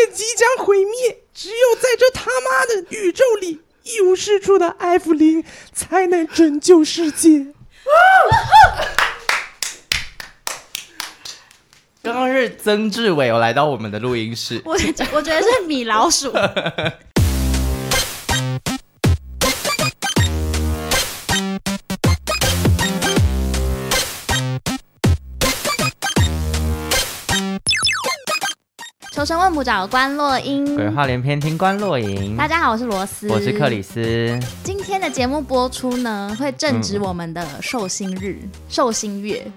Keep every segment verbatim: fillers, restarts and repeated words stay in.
即将毁灭，只有在这他妈的宇宙里一无是处的艾芙琳才能拯救世界。 刚刚是曾志伟有来到我们的录音室， 我我觉得是米老鼠。求神问卜找关洛英， 鬼话连篇听关洛营。 大家好，我是罗斯， 我是克里斯。 今天的节目播出呢，会正值我们的寿星日、嗯、寿星月。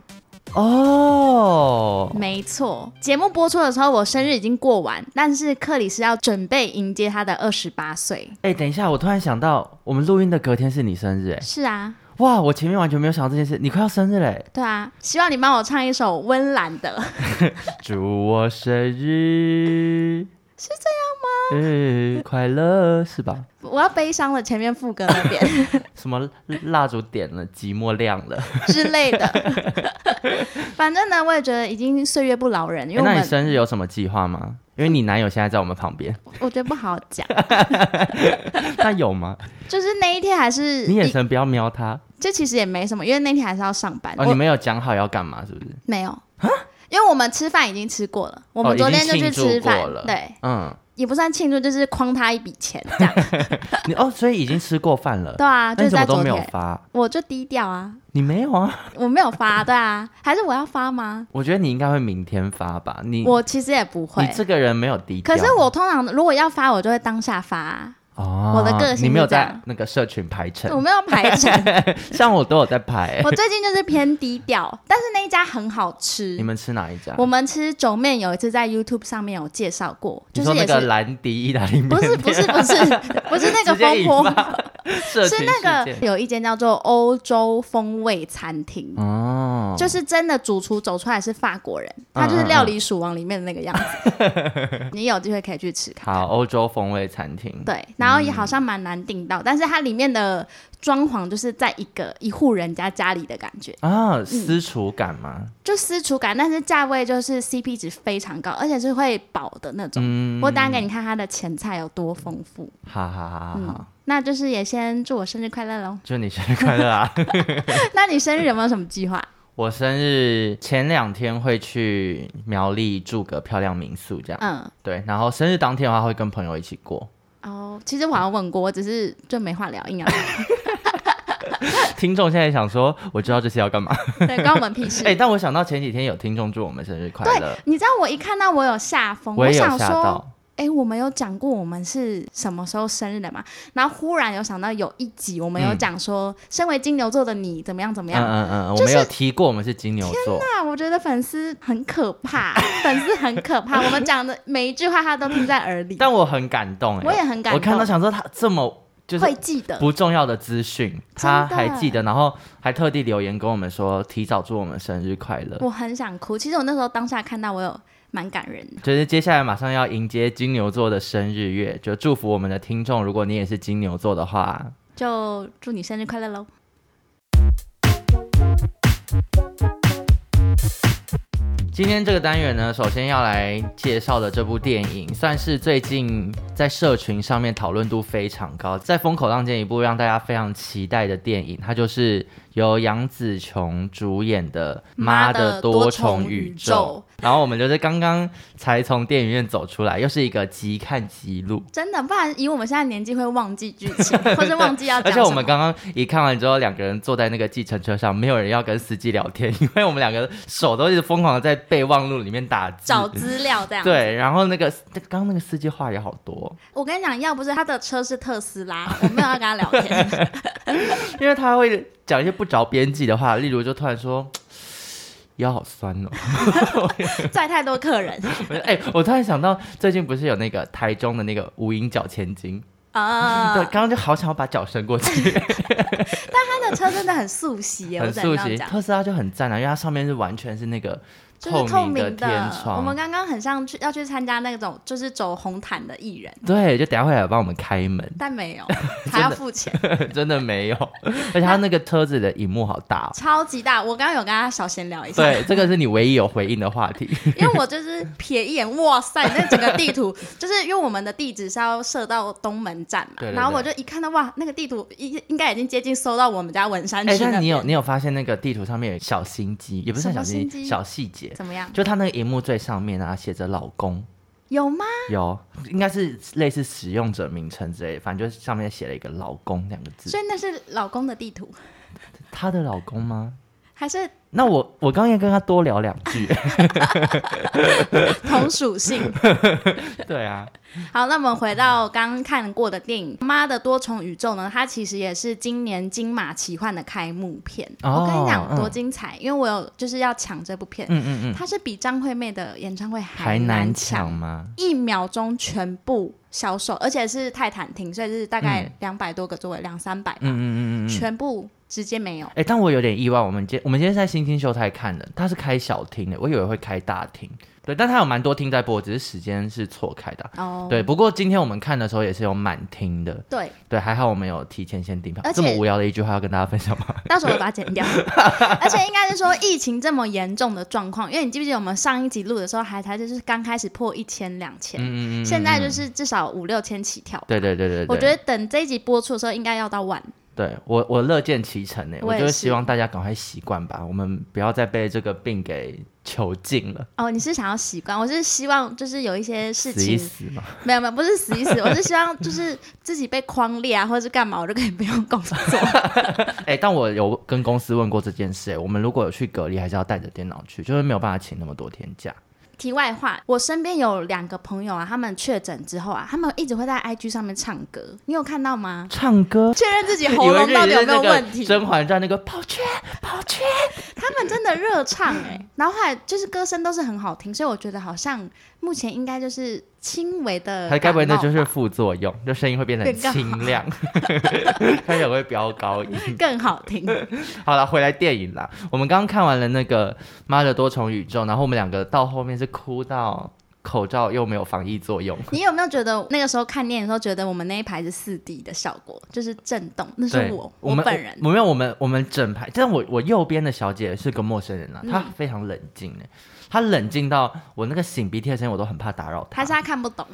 哦， 没错，节目播出的时候我生日已经过完，但是克里斯要准备迎接他的二十八岁。 哎，等一下，我突然想到我们录音的隔天是你生日。哎， 是啊。 哇，我前面完全没有想到这件事，你快要生日嘞。 对啊，希望你帮我唱一首温岚的祝我生日， 是这样吗？ 日快乐，是吧？ 我要悲伤了，前面副歌那边什么蜡烛点了寂寞亮了之类的反正呢我也觉得已经岁月不饶人，因为我们、 欸、那你生日有什么计划吗？因为你男友现在在我们旁边， 我觉得不好讲他有吗？ 就是那一天还是你眼神不要瞄他， 这其实也没什么，因为那天还是要上班。 哦，你们有讲好要干嘛是不是？ 没有，因为我们吃饭已经吃过了，我们昨天就去吃饭、哦、对，嗯，也不算庆祝，就是诓他一笔钱这样你哦，所以已经吃过饭了。 对啊，就是在昨天。那你怎么都没有发？ 我就低调啊。 你没有啊？ 我没有发，对啊，还是我要发吗？ 我觉得你应该会明天发吧。你我其实也不会， 你这个人没有低调。 可是我通常如果要发，我就会当下发、啊。哦，我的个性是这样。 你没有在那个社群排程？ 我没有排程像我都有在排、欸、 我最近就是偏低调，但是那一家很好吃。 你们吃哪一家？ 我们吃肘面，有一次在 YouTube 上面有介绍过，就是也是你说那个兰迪意大利面？ 不是不是不是不是那个风波是那个有一间叫做欧洲风味餐厅、哦、就是真的主厨走出来是法国人，他就是料理鼠王里面的那个样子、嗯、你有机会可以去吃看看。 好，欧洲风味餐厅， 对，然后也好像蛮难订到、嗯、但是它里面的装潢就是在一个一户人家家里的感觉啊，私厨感吗、嗯、 就私厨感，但是价位就是 C P 值非常高，而且是会饱的那种、嗯、我等一下给你看它的前菜有多丰富。 好好好好好、嗯， 那就是也先祝我生日快乐咯。 祝你生日快乐啊那你生日有没有什么计划？ 我生日前两天会去苗栗住个漂亮民宿这样，嗯，对，然后生日当天的话会跟朋友一起过。 哦，其实我好像问过，我只是就没话聊，硬要聊听众现在想说我知道这些要干嘛对，关我们屁事、欸、 但我想到前几天有听众祝我们生日快乐。 对，你知道我一看到我有下风， 我也有吓到， 我想说哎、欸，我们有讲过我们是什么时候生日的嘛？然后忽然有想到有一集我们有讲说、嗯、身为金牛座的你怎么样怎么样。 嗯嗯嗯，就是、我们有提过我们是金牛座。 天哪，我觉得粉丝很可怕粉丝很可怕我们讲的每一句话他都听在耳里。 但我很感动、欸、 我也很感动， 我看到想说他这么就是会记得不重要的资讯他还记得，然后还特地留言跟我们说提早祝我们生日快乐。 我很想哭，其实我那时候当下看到我有蛮感人的， 就是接下来马上要迎接金牛座的生日月，就祝福我们的听众，如果你也是金牛座的话， 就祝你生日快乐咯。 今天这个单元呢，首先要来介绍的这部电影算是最近在社群上面讨论度非常高，在风口浪尖一部让大家非常期待的电影，它就是由杨紫琼主演的《妈的多重宇宙》。然后我们就是刚刚才从电影院走出来，又是一个即看即录， 真的，不然以我们现在年纪会忘记剧情或是忘记要讲什么。 而且我们刚刚一看完之后，两个人坐在那个计程车上，没有人要跟司机聊天，因为我们两个手都一直疯狂的在备忘录里面打字找资料这样。 对，然后那个刚刚那个司机话也好多。我跟你讲，要不是他的车是特斯拉，我没有要跟他聊天因为他会讲一些不着边际的话，例如就突然说腰好酸哦载太多客人哎、欸，我突然想到最近不是有那个台中的那个无影脚千金啊，对，刚刚就好想要把脚伸过去但他的车真的很速洗耶， 很速洗。特斯拉就很赞啊，因为它上面是完全是那个就是透明的天窗。 我们刚刚很像去要去参加那种就是走红毯的艺人， 对，就等一下会来帮我们开门， 但没有，还要付钱， 真的没有。而且他那个车子的萤幕好大、哦， 超级大。我刚刚有跟他小闲聊一下， 对，这个是你唯一有回应的话题。 因为我就是瞥一眼，哇塞，那整个地图，就是因为我们的地址是要设到东门站嘛， 对对对， 然后我就一看到哇，那个地图应应该已经接近收到我们家文山区那边。 哎、但你有你有发现那个地图上面有小心机，也不是小心机，小细节。 怎么样？ 就他那个荧幕最上面啊，写着老公。 有吗？ 有，应该是类似使用者名称之类的，反正就是上面写了一个老公两个字。 所以那是老公的地图。 他的老公吗？ 还是那我我刚刚要跟他多聊两句。 同属性。 对啊。 好，那我们回到刚刚看过的电影《妈的多重宇宙》呢，它其实也是今年金马奇幻的开幕片。哦、我跟你讲多精彩、嗯，因为我有就是要抢这部片。嗯嗯嗯，它是比张惠妹的演唱会还难抢吗？一秒钟全部销售，而且是泰坦厅，所以是大概两百多个座位，两三百吧。嗯嗯嗯嗯，全部直接没有。哎、 欸，但我有点意外，我们今我们今天在新兴秀泰看的，它是开小厅的，我以为会开大厅。对，但它有蛮多厅在播，只是时间是错开的、啊。哦，对，不过今天我们看的时候也是有满厅的。 对对， 还好我们有提前先订票。这么无聊的一句话要跟大家分享吗？ 到时候我把它剪掉。而且应该是说疫情这么严重的状况，因为你记不记得我们上一集录的时候还才就是刚开始破一千两千，嗯嗯，现在就是至少五六千起跳。 对对对 对, 对， 我觉得等这一集播出的时候应该要到万。 对，我我乐见其成呢，我就是希望大家赶快习惯吧，我们不要再被这个病给囚禁了。 哦，你是想要习惯，我是希望就是有一些事情死一死吗？ 没有没有，不是死一死，我是希望就是自己被框列啊，或者是干嘛，我就可以不用工作。 哎、欸，但我有跟公司问过这件事，我们如果有去隔离，还是要带着电脑去，就是没有办法请那么多天假。 题外话，我身边有两个朋友啊，他们确诊之后啊，他们一直会在 I G 上面唱歌，你有看到吗？ 唱歌， 确认自己喉咙到底有没有问题。 甄嬛传那个跑圈跑圈， 他们真的热唱哎、欸，然后后来就是歌声都是很好听，所以我觉得好像目前应该就是轻微的， 还该不会那就是副作用，就声音会变得很清亮，开始会飙高音， 更好听。 好了，回来电影啦，我们刚刚看完了那个妈的多重宇宙，然后我们两个到后面是哭到口罩又没有防疫作用。 你有没有觉得那个时候看电影的时候，觉得我们那一排是四 D 的效果，就是震动？那是我我本人， 我没有我们我们整排，但我我右边的小姐是个陌生人啊，嗯、她非常冷静哎。他冷静到我那个擤鼻涕的声音我都很怕打扰他， 还是他看不懂？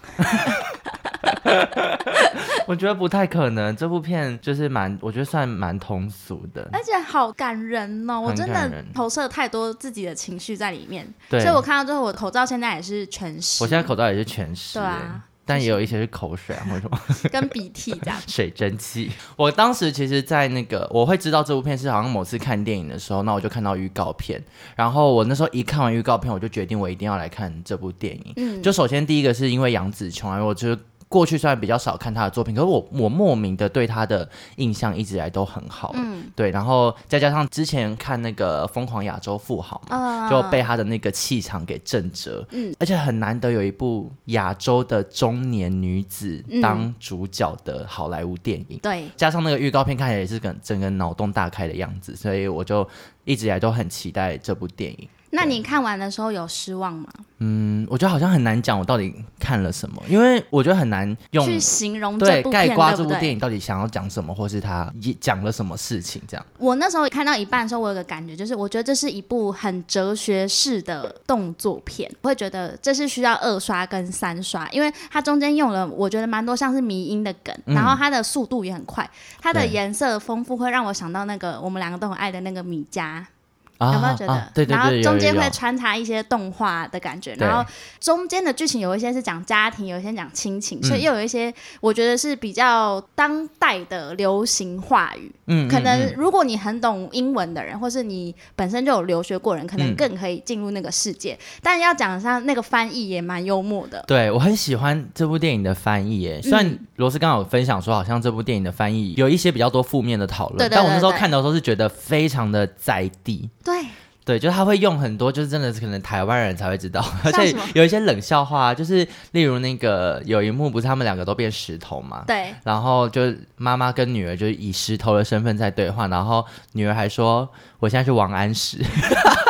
我觉得不太可能，这部片就是蛮，我觉得算蛮通俗的， 而且好感人哦！我真的投射太多自己的情绪在里面，所以我看到最后，我口罩现在也是全湿， 我现在口罩也是全湿， 对啊。 但也有一些是口水啊，或者什么跟鼻涕这样水蒸气。我当时其实在那个我会知道这部片是好像某次看电影的时候，那我就看到预告片，然后我那时候一看完预告片，我就决定我一定要来看这部电影。嗯，就首先第一个是因为杨紫琼啊，我就是过去虽然比较少看她的作品，可是我我莫名的对她的印象一直以来都很好。嗯，对，然后再加上之前看那个《疯狂亚洲富豪》嘛，uh, 就被她的那个气场给震慑。嗯，而且很难得有一部亚洲的中年女子当主角的好莱坞电影。对、嗯，加上那个预告片看起来也是整个脑洞大开的样子，所以我就一直以来都很期待这部电影。 那你看完的时候有失望吗？ 嗯，我觉得好像很难讲我到底看了什么，因为我觉得很难用去形容这部片， 对，概括这部电影到底想要讲什么，或是他讲了什么事情这样。 我那时候看到一半的时候，我有个感觉，就是我觉得这是一部很哲学式的动作片，我会觉得这是需要二刷跟三刷，因为它中间用了我觉得蛮多像是迷因的梗、嗯、然后它的速度也很快，它的颜色丰富会让我想到那个我们两个都很爱的那个米家。有没有觉得、啊、 对对对， 然后中间会穿插一些动画的感觉，然后中间的剧情有一些是讲家庭，有一些讲亲情、嗯、所以又有一些我觉得是比较当代的流行话语。嗯，可能如果你很懂英文的人，或是你本身就有留学过人，可能更可以进入那个世界、嗯、但要讲上那个翻译也蛮幽默的。 对，我很喜欢这部电影的翻译耶，虽然罗斯刚刚有分享说好像这部电影的翻译有一些比较多负面的讨论，对对对对，但我那时候看的时候是觉得非常的在地。 对对，就是他会用很多，就是真的是可能台湾人才会知道，而且有一些冷笑话，就是例如那个有一幕不是他们两个都变石头嘛， 对， 然后就妈妈跟女儿就是以石头的身份在对话，然后女儿还说我现在是王安石。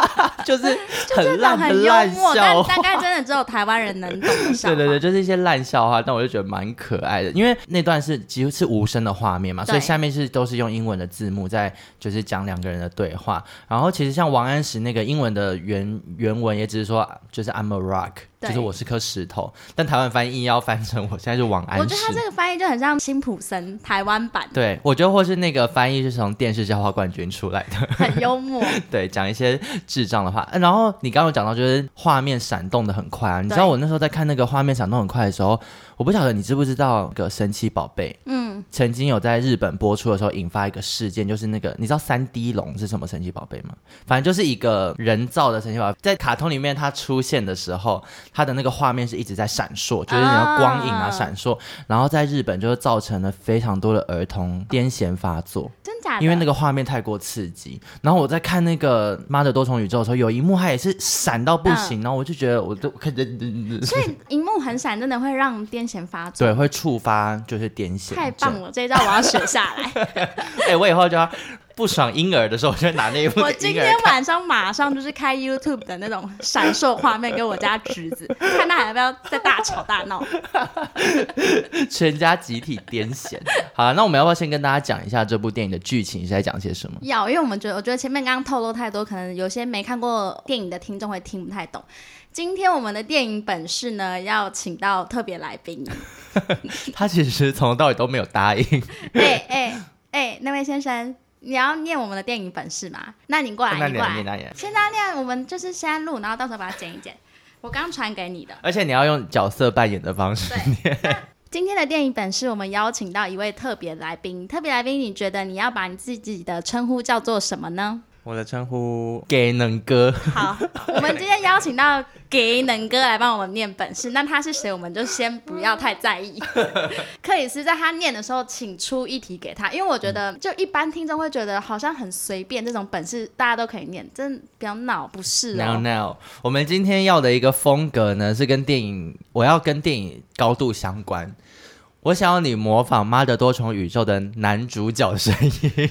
就是很烂很烂笑话， 但大概真的只有台湾人能懂的笑话。 对对对，就是一些烂笑话，但我就觉得蛮可爱的，因为那段是几乎是无声的画面嘛，所以下面是都是用英文的字幕在就是讲两个人的对话。然后其实像王安石那个英文的原原文也只是说就是 I'm a rock， 就是我是颗石头，但台湾翻译硬要翻成我现在是王安石。 我觉得他这个翻译就很像辛普森台湾版。 对，我觉得或是那个翻译是从电视笑话冠军出来的， 很幽默。 对，讲一些智障的话。然后你刚刚有讲到就是画面闪动的很快啊，你知道我那时候在看那个画面闪动很快的时候，我不晓得你知不知道那个神奇宝贝，嗯，曾经有在日本播出的时候引发一个事件，就是那个你知道三 D 龙是什么神奇宝贝吗？反正就是一个人造的神奇宝贝，在卡通里面它出现的时候，它的那个画面是一直在闪烁，就是你要光影啊闪烁，然后在日本就造成了非常多的儿童癫痫发作。 真假的？ 因为那个画面太过刺激。然后我在看那个妈的多重宇宙的时候，有一幕它也是闪到不行，嗯、然后我就觉得我都开始， 所以荧幕很闪真的会让癫痫发作， 对，会触发就是癫痫。 太棒了，这一招我要学下来。 哎欸，我以后就要不爽婴儿的时候，我就拿那一部。 我今天晚上马上就是开 YouTube 的那种闪烁画面给我家侄子看，他还要不要再大吵大闹， 全家集体癫痫。好，那我们要不要先跟大家讲一下这部电影的剧情是在讲些什么？ 要，因为我们觉得，我觉得前面刚刚透露太多，可能有些没看过电影的听众会听不太懂。今天我们的电影本事呢，要请到特别来宾。 他其实从头到尾都没有答应。 哎哎哎，那位先生。你要念我们的电影本事吗？那你过来，你过来，现在念，我们就是现在录，然后到时候把它剪一剪。我刚传给你的， 而且你要用角色扮演的方式念。 今天的电影本事，我们邀请到一位特别来宾。特别来宾，你觉得你要把你自己的称呼叫做什么呢？ 我的称呼给能哥。 好，我们今天邀请到给能哥来帮我们念本事。那他是谁，我们就先不要太在意。克里斯在他念的时候，请出一题给他，因为我觉得就一般听众会觉得好像很随便，这种本事大家都可以念，真的不要闹，不是哦。 No No， 我们今天要的一个风格呢，是跟电影，我要跟电影高度相关。我想要你模仿《妈的多重宇宙》的男主角声音。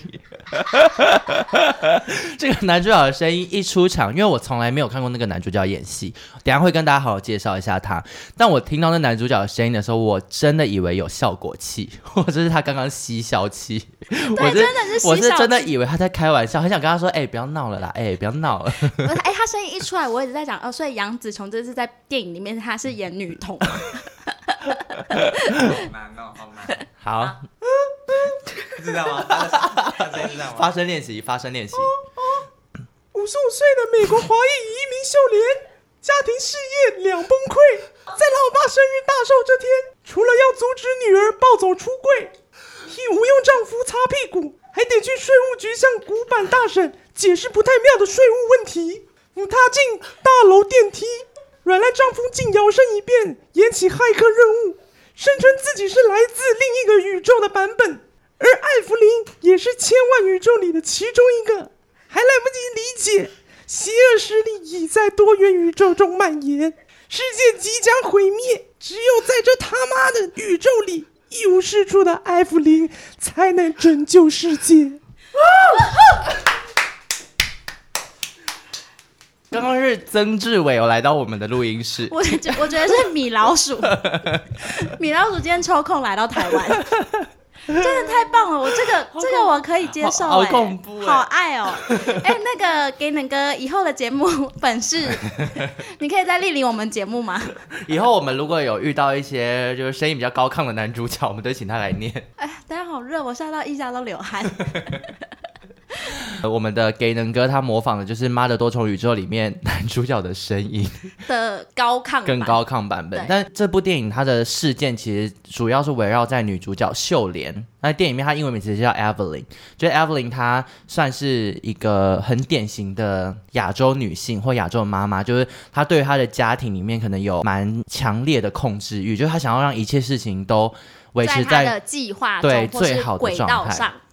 这个男主角的声音一出场，因为我从来没有看过那个男主角演戏，等一下会跟大家好好介绍一下他。但我听到那男主角的声音的时候，我真的以为有效果器，或者是他刚刚吸笑气。 对，真的是吸笑气。 我是真的以为他在开玩笑，很想跟他说：“哎、欸，不要闹了啦，哎、欸，不要闹了。” 哎、欸，他声音一出来，我一直在想，哦，所以杨紫琼这次在电影里面她是演女童。 好难哦，好难。 好， 知道吗？ 发声练习，发声练习。 五十五岁的美国华裔移民秀莲，家庭事业两崩溃，在老爸生日大寿这天，除了要阻止女儿暴走出柜，替无用丈夫擦屁股，还得去税务局向古板大婶解释不太妙的税务问题。踏进大楼电梯，软烂丈夫竟摇身一变，演起骇客任务，声称自己是来自另一个宇宙的版本，而艾弗琳也是千万宇宙里的其中一个，还来不及理解，邪恶势力已在多元宇宙中蔓延，世界即将毁灭，只有在这他妈的宇宙里一无是处的艾弗琳才能拯救世界。 刚刚是曾志伟有来到我们的录音室， 我觉我觉得是米老鼠，米老鼠今天抽空来到台湾，真的太棒了！我这个这个我可以接受、欸， 好恐怖、欸， 好爱哦！哎、欸，那个给能哥以后的节目本事，你可以再莅临我们节目吗？ 以后我们如果有遇到一些就是声音比较高亢的男主角，我们都请他来念。 哎，等下好热，我吓到腋下都流汗。 我们的给能哥他模仿的就是《妈的多重宇宙》里面男主角的声音的高亢版， 更高亢版本。但这部电影它的事件其实主要是围绕在女主角秀莲。那电影里面她英文名字叫 Evelyn， 就 Evelyn 她算是一个很典型的亚洲女性或亚洲的妈妈，就是她对于她的家庭里面可能有蛮强烈的控制欲，就是她想要让一切事情都维持在她的计划中对最好的状态。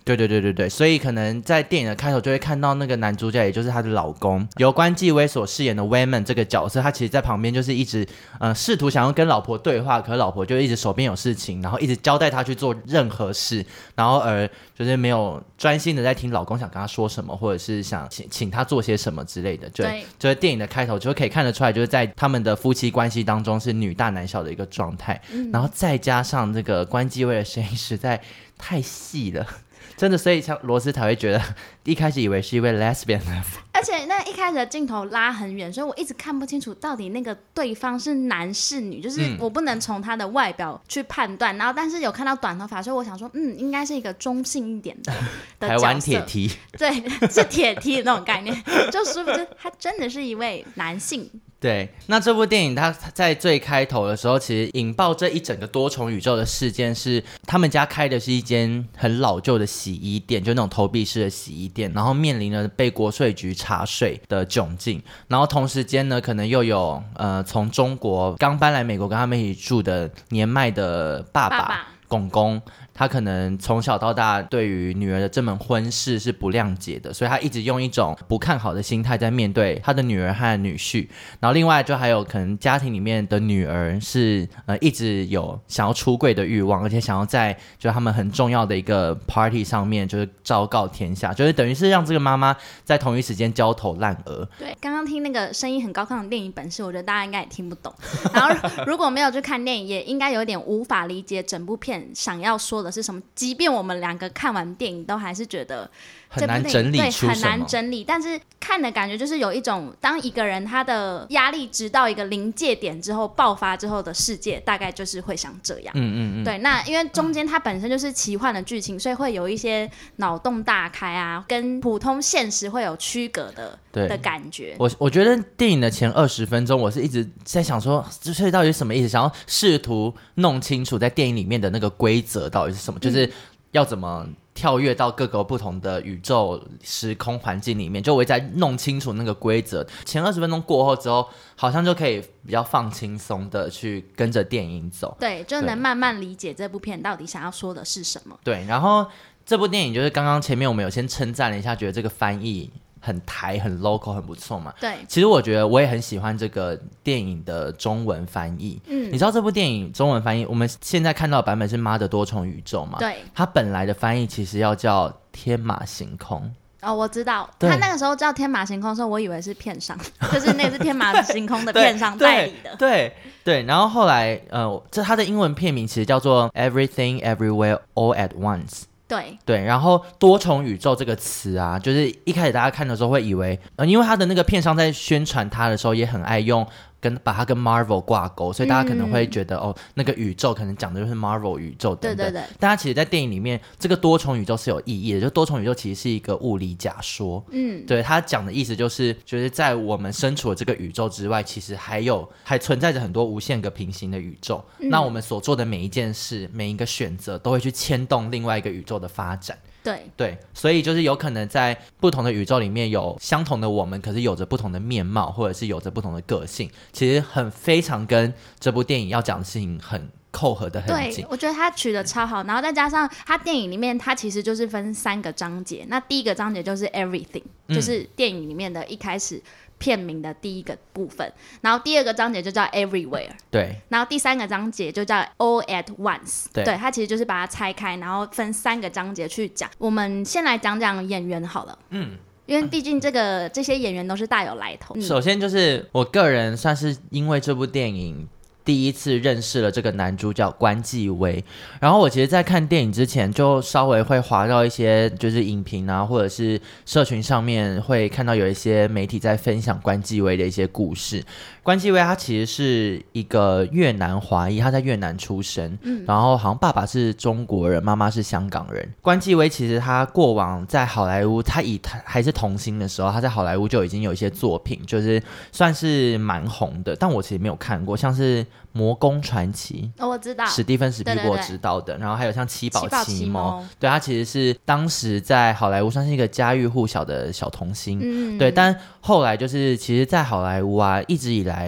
对对对对对，所以可能在电影的开头就会看到那个男主角，也就是他的老公，由关继威所饰演的 Wayman 这个角色，他其实在旁边就是一直呃试图想要跟老婆对话，可是老婆就一直手边有事情，然后一直交代他去做任何事，然后而就是没有专心的在听老公想跟他说什么，或者是想请请他做些什么之类的。就对， 就是电影的开头就可以看得出来，就是在他们的夫妻关系当中是女大男小的一个状态、嗯、然后再加上这个关继威的声音实在太细了，真的，所以像罗斯才会觉得一开始以为是一位 lesbian 的， 而且那一开始的镜头拉很远，所以我一直看不清楚到底那个对方是男是女，就是我不能从他的外表去判断、嗯、然后但是有看到短头发，所以我想说嗯，应该是一个中性一点的, 的台湾铁梯， 对，是铁梯的那种概念，就殊不知他真的是一位男性。 对，那这部电影它在最开头的时候，其实引爆这一整个多重宇宙的事件是，他们家开的是一间很老旧的洗衣店，就那种投币式的洗衣店，然后面临了被国税局查税的窘境，然后同时间呢，可能又有呃从中国刚搬来美国跟他们一起住的年迈的爸爸。爸爸公公，他可能从小到大对于女儿的这门婚事是不谅解的，所以他一直用一种不看好的心态在面对他的女儿和女婿。然后另外就还有可能家庭里面的女儿是呃一直有想要出柜的欲望，而且想要在就是他们很重要的一个 party 上面就是昭告天下，就是等于是让这个妈妈在同一时间焦头烂额。 对，刚刚听那个声音很高亢的电影本事，我觉得大家应该也听不懂。然后如果没有去看电影，也应该有点无法理解整部片想要说的是什么，即便我们两个看完电影都还是觉得很难整理出什么， 对，很难整理，但是看的感觉就是有一种当一个人他的压力直到一个临界点之后爆发之后的世界大概就是会像这样。嗯嗯嗯，对，那因为中间它本身就是奇幻的剧情，所以会有一些脑洞大开啊，跟普通现实会有区隔的的感觉。 我我觉得电影的前二十分钟我是一直在想说这到底是什么意思，想要试图弄清楚在电影里面的那个规则到底是什么、嗯、就是要怎么跳跃到各个不同的宇宙时空环境里面，就我一直在弄清楚那个规则。前二十分钟过后之后，好像就可以比较放轻松的去跟着电影走， 对，就能慢慢理解这部片到底想要说的是什么。 对，然后这部电影就是刚刚前面我们有先称赞了一下，觉得这个翻译很台很 local 很不错嘛。 对， 其实我觉得我也很喜欢这个电影的中文翻译。嗯，你知道这部电影中文翻译我们现在看到的版本是妈的多重宇宙嘛？ 对， 它本来的翻译其实要叫天马行空。 哦，我知道，他那个时候叫天马行空的时候，我以为是片商，就是那个是天马行空的片商代理的。 对 对, 对，然后后来呃，这他的英文片名其实叫做 Everything Everywhere All at Once。 对对，然后多重宇宙这个词啊，就是一开始大家看的时候会以为，呃，因为他的那个片商在宣传他的时候也很爱用跟把它跟 Marvel 挂钩，所以大家可能会觉得、嗯、哦，那个宇宙可能讲的就是 Marvel 宇宙等等。对对对。但它其实在电影里面，这个多重宇宙是有意义的，就多重宇宙其实是一个物理假说。嗯，对，他讲的意思就是，就是在我们身处的这个宇宙之外，其实还有还存在着很多无限个平行的宇宙。嗯、那我们所做的每一件事、每一个选择，都会去牵动另外一个宇宙的发展。 对对，所以就是有可能在不同的宇宙里面有相同的我们，可是有着不同的面貌，或者是有着不同的个性，其实很非常跟这部电影要讲的事情很扣合的很紧。 对，我觉得他取得超好，然后再加上他电影里面他其实就是分三个章节，那第一个章节就是 Everything、嗯、就是电影里面的一开始片名的第一个部分，然后第二个章节就叫 Everywhere， 对，然后第三个章节就叫 All at Once， 对，对，它其实就是把它拆开，然后分三个章节去讲。我们先来讲讲演员好了，嗯，因为毕竟这个这些演员都是大有来头、嗯、 首先就是我个人算是因为这部电影第一次认识了这个男主角关继威，然后我其实在看电影之前就稍微会滑到一些就是影评啊，或者是社群上面会看到有一些媒体在分享关继威的一些故事。关继威他其实是一个越南华裔，他在越南出生、嗯、然后好像爸爸是中国人，妈妈是香港人。关继威其实他过往在好莱坞，他以他还是童星的时候，他在好莱坞就已经有一些作品就是算是蛮红的，但我其实没有看过，像是魔宫传奇、 哦、我知道史蒂芬史匹柏执导的，对对对，然后还有像七宝奇谋，对，他其实是当时在好莱坞算是一个家喻户晓的小童星、嗯、对，但后来就是其实在好莱坞啊一直以来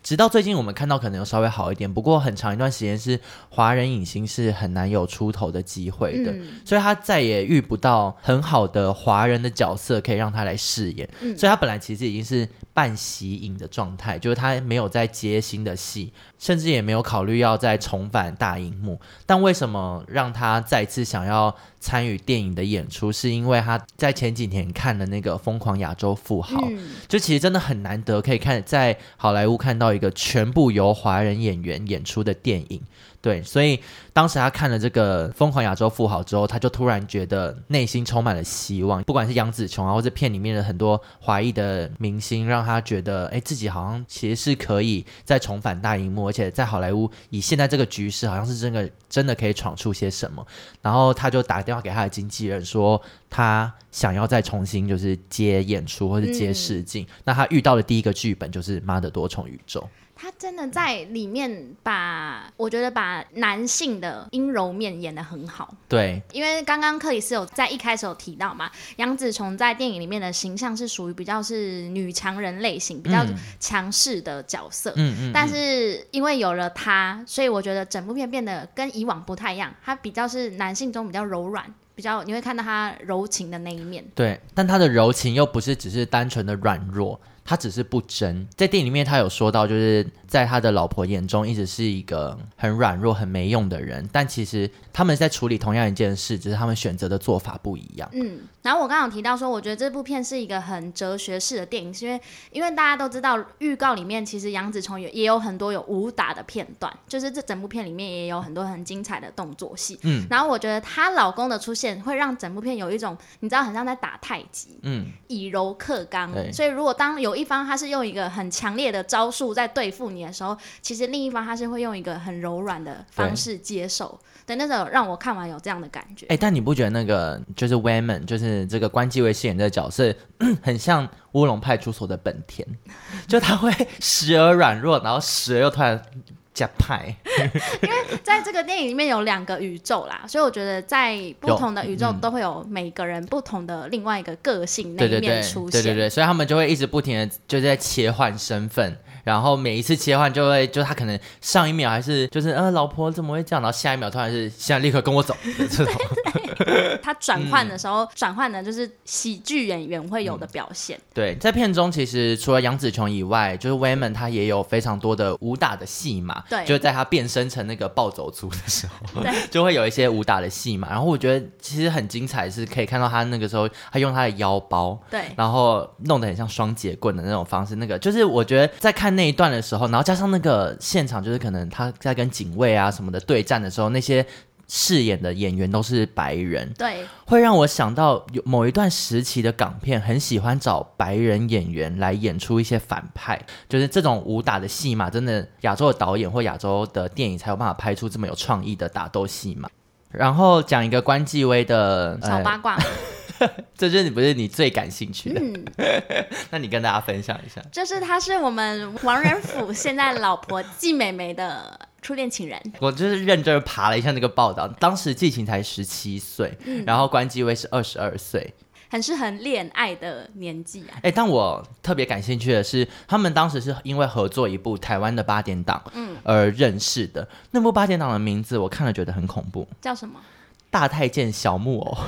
直到最近我们看到可能有稍微好一点，不过很长一段时间是华人影星是很难有出头的机会的、嗯、所以他再也遇不到很好的华人的角色可以让他来饰演、嗯、所以他本来其实已经是半息影的状态，就是他没有在接新的戏，甚至也没有考虑要再重返大荧幕。但为什么让他再次想要参与电影的演出，是因为他在前几年看了那个《疯狂亚洲富豪》嗯、就其实真的很难得可以看在好莱坞看到一个全部由华人演员演出的电影。对，所以当时他看了这个《疯狂亚洲富豪》之后，他就突然觉得内心充满了希望，不管是杨紫琼啊，或者片里面的很多华裔的明星，让他觉得哎，自己好像其实是可以再重返大荧幕，而且在好莱坞以现在这个局势，好像是真的真的可以闯出些什么。然后他就打电话给他的经纪人说，他想要再重新就是接演出或是接试镜、嗯、那他遇到的第一个剧本就是《妈的多重宇宙》。 他真的在里面把我觉得把男性的阴柔面演得很好。 对， 因为刚刚克里斯有在一开始有提到嘛，杨紫琼在电影里面的形象是属于比较是女强人类型，比较强势的角色、嗯嗯嗯、但是因为有了她，所以我觉得整部片变得跟以往不太一样，她比较是男性中比较柔软，比较你会看到她柔情的那一面。 对，但她的柔情又不是只是单纯的软弱，他只是不真。在电影里面他有说到，就是在他的老婆眼中一直是一个很软弱很没用的人，但其实他们在处理同样一件事，只是他们选择的做法不一样。嗯， 然后我刚刚有提到说我觉得这部片是一个很哲学式的电影，是因为因为大家都知道预告里面其实杨紫琼也有很多有武打的片段，就是这整部片里面也有很多很精彩的动作戏。嗯，然后我觉得她老公的出现会让整部片有一种你知道很像在打太极，嗯，以柔克刚。所以如果当有一方他是用一个很强烈的招数在对付你的时候，其实另一方他是会用一个很柔软的方式接受。对，那种让我看完有这样的感觉。 哎、欸，但你不觉得那个就是 Wayman 就是这个关继威饰演这个角色很像乌龙派出所的本田，就他会时而软弱，然后时而又突然加派。 因为在这个电影里面有两个宇宙啦，所以我觉得在不同的宇宙都会有每个人不同的另外一个个性那一面出现。 对对 对, 对对对，所以他们就会一直不停的就在切换身份，然后每一次切换就会就他可能上一秒还是就是呃老婆怎么会这样，然后下一秒突然是现在立刻跟我走这种。 他转换的时候转换、嗯、的就是喜剧演员会有的表现、嗯、 对，在片中其实除了杨紫琼以外，就是 Wayman 他也有非常多的武打的戏码，对，就是在他变身成那个暴走族的时候就会有一些武打的戏码，然后我觉得其实很精彩，是可以看到他那个时候他用他的腰包，对，然后弄得很像双节棍的那种方式，那个就是我觉得在看那一段的时候，然后加上那个现场就是可能他在跟警卫啊什么的对战的时候，那些饰演的演员都是白人，对，会让我想到有某一段时期的港片很喜欢找白人演员来演出一些反派，就是这种武打的戏嘛，真的亚洲的导演或亚洲的电影才有办法拍出这么有创意的打斗戏嘛。然后讲一个关继威的小八卦、 呃、这就是你不是你最感兴趣的、嗯、那你跟大家分享一下。 就是他是我们王仁甫现在老婆季美眉的初恋情人。 我就是认真爬了一下那个报道，当时季晴才十七岁、嗯、然后关继威是二十二岁， 很是很恋爱的年纪啊。 欸，但我特别感兴趣的是他们当时是因为合作一部台湾的八点档而认识的、嗯、那部八点档的名字我看了觉得很恐怖， 叫什么？ 大太监小木偶。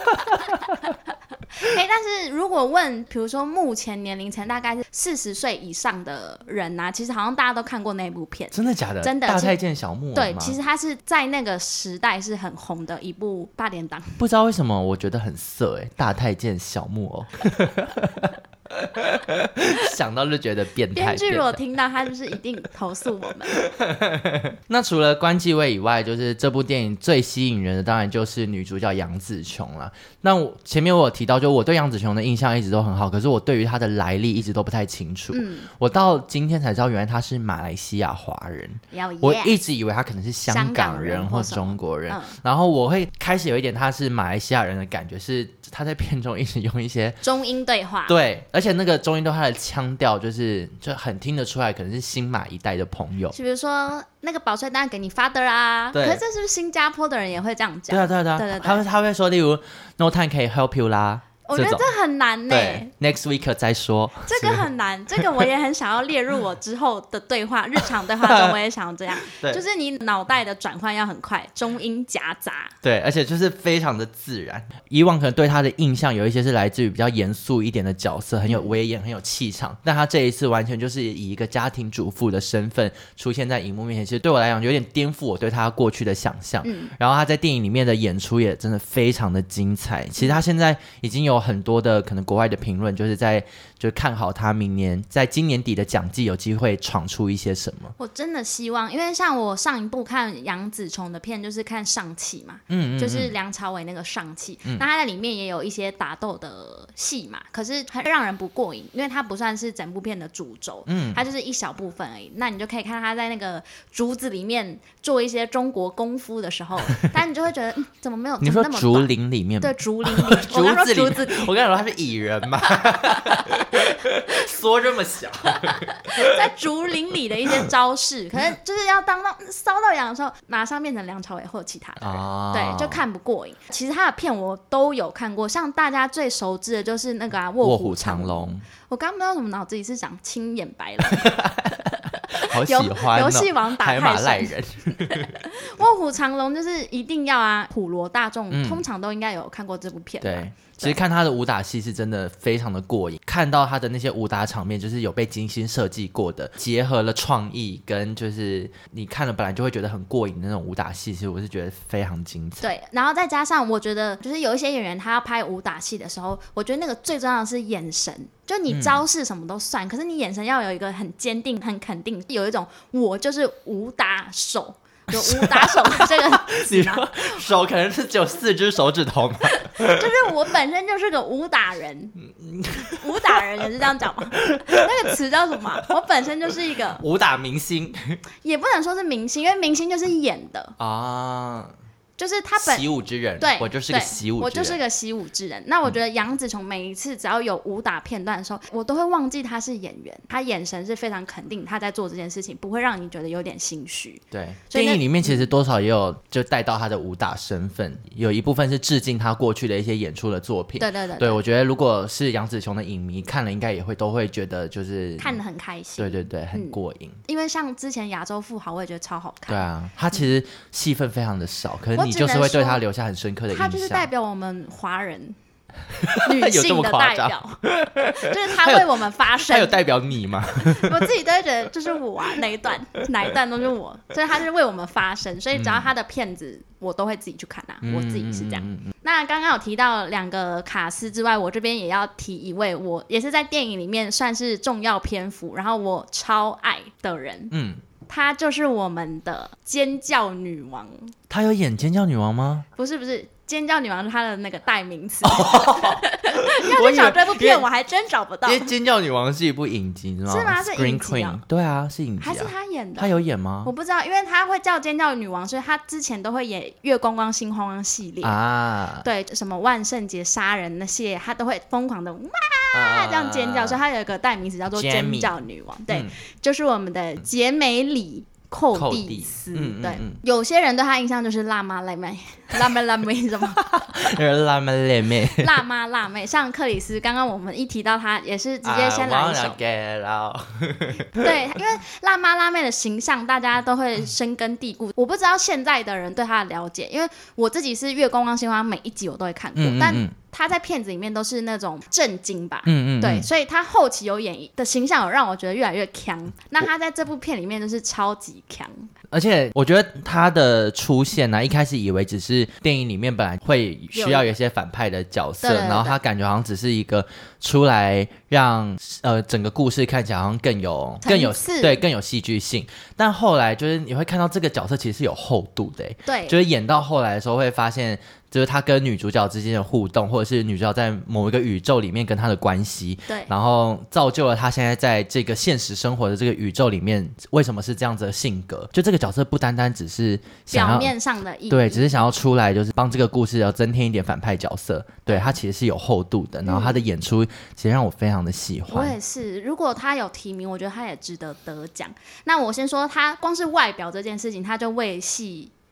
欸、但是如果问比如说目前年龄层大概是四十岁以上的人啊，其实好像大家都看过那部片。 真的假的？ 真的。 大太监小木偶吗？ 对，其实它是在那个时代是很红的一部八点档。 不知道为什么我觉得很色欸，大太监小木偶。想到就觉得变态。 编剧如果听到他就是一定投诉我们。 那除了关继威以外，就是这部电影最吸引人的当然就是女主角杨紫琼了。那我前面我有提到，就我对杨紫琼的印象一直都很好，可是我对于她的来历一直都不太清楚、嗯、我到今天才知道原来她是马来西亚华人、yeah. 我一直以为她可能是香港人或中国人、嗯、然后我会开始有一点她是马来西亚人的感觉，是她在片中一直用一些中英对话， 对，而且那个中英对话的腔调就是就很听得出来可能是新马一代的朋友， 就比如说那个保税单给你 father 啊，可是这是不是新加坡的人也会这样讲？ 对啊对啊对啊，对对对，他会他会说例如 no time 可以 help you 啦， 我觉得这很难呢、 对 ，next week 再说。 这个很难，这个我也很想要列入我之后的对话，日常对话中我也想要这样，就是你脑袋的转换要很快，中英夹杂。 对，而且就是非常的自然。以往可能对他的印象有一些是来自于比较严肃一点的角色，很有威严，很有气场。但他这一次完全就是以一个家庭主妇的身份出现在荧幕面前，其实对我来讲有点颠覆我对他过去的想象。嗯，然后他在电影里面的演出也真的非常的精彩。其实他现在已经有很多的可能国外的评论，就是在就看好他明年在今年底的奖季有机会闯出一些什么。 我真的希望，因为像我上一部看杨紫琼的片就是看上气嘛，嗯嗯嗯，就是梁朝伟那个上气、嗯、那他在里面也有一些打斗的戏嘛，可是很让人不过瘾，因为他不算是整部片的主轴，嗯，他就是一小部分而已。那你就可以看他在那个竹子里面做一些中国功夫的时候，但你就会觉得、嗯、怎么没有， 你说竹林里面？ 对，竹林里，我刚说竹子里， 我跟你说他是蚁人嘛，缩这么小， 在竹林里的一些招式，可是就是要当到烧到痒的时候，马上变成梁朝伟或其他的人、哦，对，就看不过瘾。其实他的片我都有看过，像大家最熟知的就是那个、啊《卧虎藏龙》。我刚不知道什么脑子里是想青眼白龙。 好喜欢、哦、 游戏王打太海马赖人。 卧虎藏龙就是一定要啊，普罗大众、嗯、通常都应该有看过这部片。 对，其实看他的武打戏是真的非常的过瘾，看到他的那些武打场面就是有被精心设计过的，结合了创意跟就是你看了本来就会觉得很过瘾的那种武打戏，其实我是觉得非常精彩。 对，然后再加上我觉得就是有一些演员他要拍武打戏的时候，我觉得那个最重要的是眼神，就你招式什么都算、嗯、可是你眼神要有一个很坚定很肯定，有一种我就是武打手，有武打手这个你说手可能是只有四只手指头吗？ 就是我本身就是个武打人，武打人也是这样讲吗？那个词叫什么？我本身就是一个武打明星， 也不能说是明星，因为明星就是演的啊。就是他本习武之人， 对， 我就是个习武之人， 我就是个习武之人。那我觉得杨紫琼每一次只要有武打片段的时候、嗯、我都会忘记他是演员，他眼神是非常肯定他在做这件事情，不会让你觉得有点心虚。 对，电影里面其实多少也有就带到他的武打身份、嗯、有一部分是致敬他过去的一些演出的作品。 对对 对, 对, 对，我觉得如果是杨紫琼的影迷看了应该也会都会觉得就是看得很开心。 对对对，很过瘾、嗯、 因为像之前亚洲富豪我也觉得超好看。 对啊，他其实戏份非常的少、嗯、可是你就是会对他留下很深刻的印象。 他就是代表我们华人女性的代表，就是他为我们发声。 他有代表你吗？ 我自己都会觉得就是我啊，哪一段哪一段都是我，所以他是为我们发声。所以只要他的片子、嗯、我都会自己去看啊、嗯、我自己是这样、嗯嗯、那刚刚有提到两个卡司之外，我这边也要提一位我也是在电影里面算是重要篇幅，然后我超爱的人。嗯，她就是我们的尖叫女王。 她有演尖叫女王吗？ 不是不是，尖叫女王是她的那个代名词。要去找这部片我还真找不到， 因为尖叫女王是一部影集，是吗？ 是吗？是影集、哦、 对啊，是影集、啊、 还是她演的？ 她有演吗？ 我不知道，因为她会叫尖叫女王，所以她之前都会演月光光心慌慌系列啊，对，什么万圣节杀人那些她都会疯狂的哇、啊、这样尖叫，所以她有一个代名词叫做尖叫女王。对、嗯，就是我们的杰美里寇蒂斯。嗯、对、嗯嗯，有些人对他印象就是辣妈辣妹，辣妹辣妹什么？ 辣妈辣妹， 辣妈辣妹。像克里斯，刚刚我们一提到他，也是直接先来一首。对，因为辣妈辣妹的形象，大家都会深根蒂固。我不知道现在的人对他的了解，因为我自己是月光光心慌，每一集我都会看过，嗯嗯嗯，但他在片子里面都是那种震惊吧，嗯嗯嗯，对，所以他后期有演的形象有让我觉得越来越强。那他在这部片里面就是超级强， 而且我觉得他的出现呢、啊，一开始以为只是电影里面本来会需要有一些反派的角色，对对对对，然后他感觉好像只是一个出来让呃整个故事看起来好像更有更有对更有戏剧性，但后来就是你会看到这个角色其实是有厚度的， 对， 就是演到后来的时候会发现。就是他跟女主角之间的互动，或者是女主角在某一个宇宙里面跟他的关系， 对， 然后造就了他现在在这个现实生活的这个宇宙里面为什么是这样子的性格。就这个角色不单单只是想要表面上的意义， 对，只是想要出来就是帮这个故事要增添一点反派角色，对，他其实是有厚度的，然后他的演出其实让我非常的喜欢。 我也是，如果他有提名我觉得他也值得得奖。那我先说他光是外表这件事情他就为戏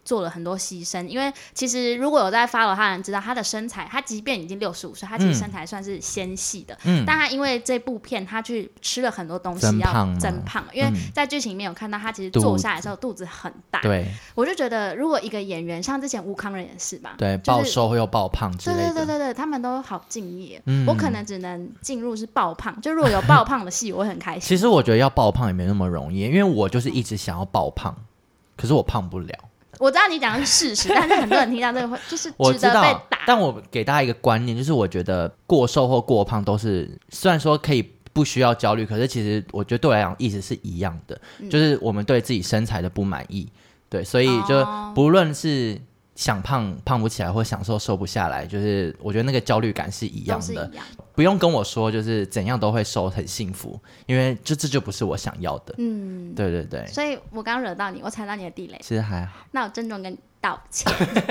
做了很多牺牲，因为其实如果有在 follow 他的人知道，他的身材，他即便已经六十五岁，他其实身材算是纤细的，嗯，但他因为这部片他去吃了很多东西要增胖，因为在剧情里面有看到他其实坐下来的时候肚子很大，对，我就觉得如果一个演员像之前吴康仁也是吧， 对，暴瘦又暴胖之类的， 对对对对对，他们都好敬业，嗯，我可能只能进入是爆胖，就如果有爆胖的戏我会很开心。 其实我觉得要爆胖也没那么容易，因为我就是一直想要爆胖，可是我胖不了。 我知道你讲的是事实，但是很多人听到这个会就是值得被打。 但我给大家一个观念，就是我觉得过瘦或过胖都是，虽然说可以不需要焦虑，可是其实我觉得对我来讲意思是一样的，嗯，就是我们对自己身材的不满意，对，所以就不论是想胖胖不起来，或想瘦瘦不下来，就是我觉得那个焦虑感是一样的， 都是一样。 不用跟我说就是怎样都会瘦很幸福，因为就这就不是我想要的。嗯，对对对。 所以我刚惹到你，我踩到你的地雷， 其实还好。 那我郑重跟你道歉。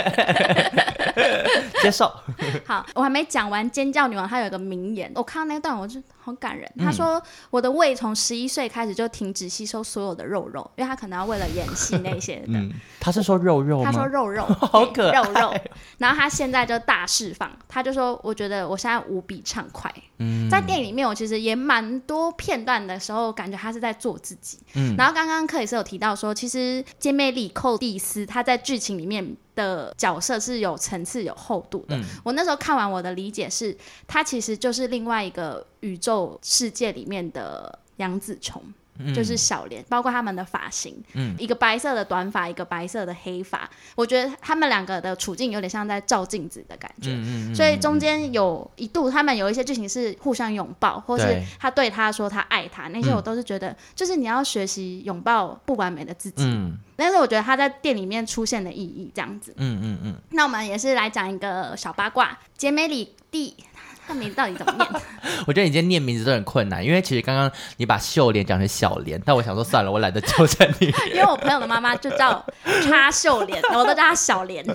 接受。 好，我还没讲完尖叫女王她有一个名言，我看到那段我就好感人，她说，嗯，我的胃从十一岁开始就停止吸收所有的肉肉，因为她可能要为了演戏那些的。嗯， 她是说肉肉吗？ 她说肉肉。 好可爱。 肉肉。然后她现在就大释放，她就说我觉得我现在无比畅快。嗯，在电影里面我其实也蛮多片段的时候感觉她是在做自己。嗯，然后刚刚克里斯有提到说，其实杰梅里寇蒂斯她在剧情里面的角色是有层次有厚度的，嗯，我那时候看完我的理解是他其实就是另外一个宇宙世界里面的杨紫琼，嗯，就是小莲，包括他们的发型，嗯，一个白色的短发，一个白色的黑发，我觉得他们两个的处境有点像在照镜子的感觉，嗯嗯嗯，所以中间有一度他们有一些剧情是互相拥抱，或是他对他说他爱他，那些我都是觉得，嗯，就是你要学习拥抱不完美的自己，嗯，但是我觉得他在店里面出现的意义这样子，嗯嗯嗯。那我们也是来讲一个小八卦，杰梅里蒂他名字到底怎么念？ 我觉得你今天念名字都很困难，因为其实刚刚你把秀莲讲成小莲，但我想说算了，我懒得纠正你。 因为我朋友的妈妈就叫插秀莲，我都叫她小莲。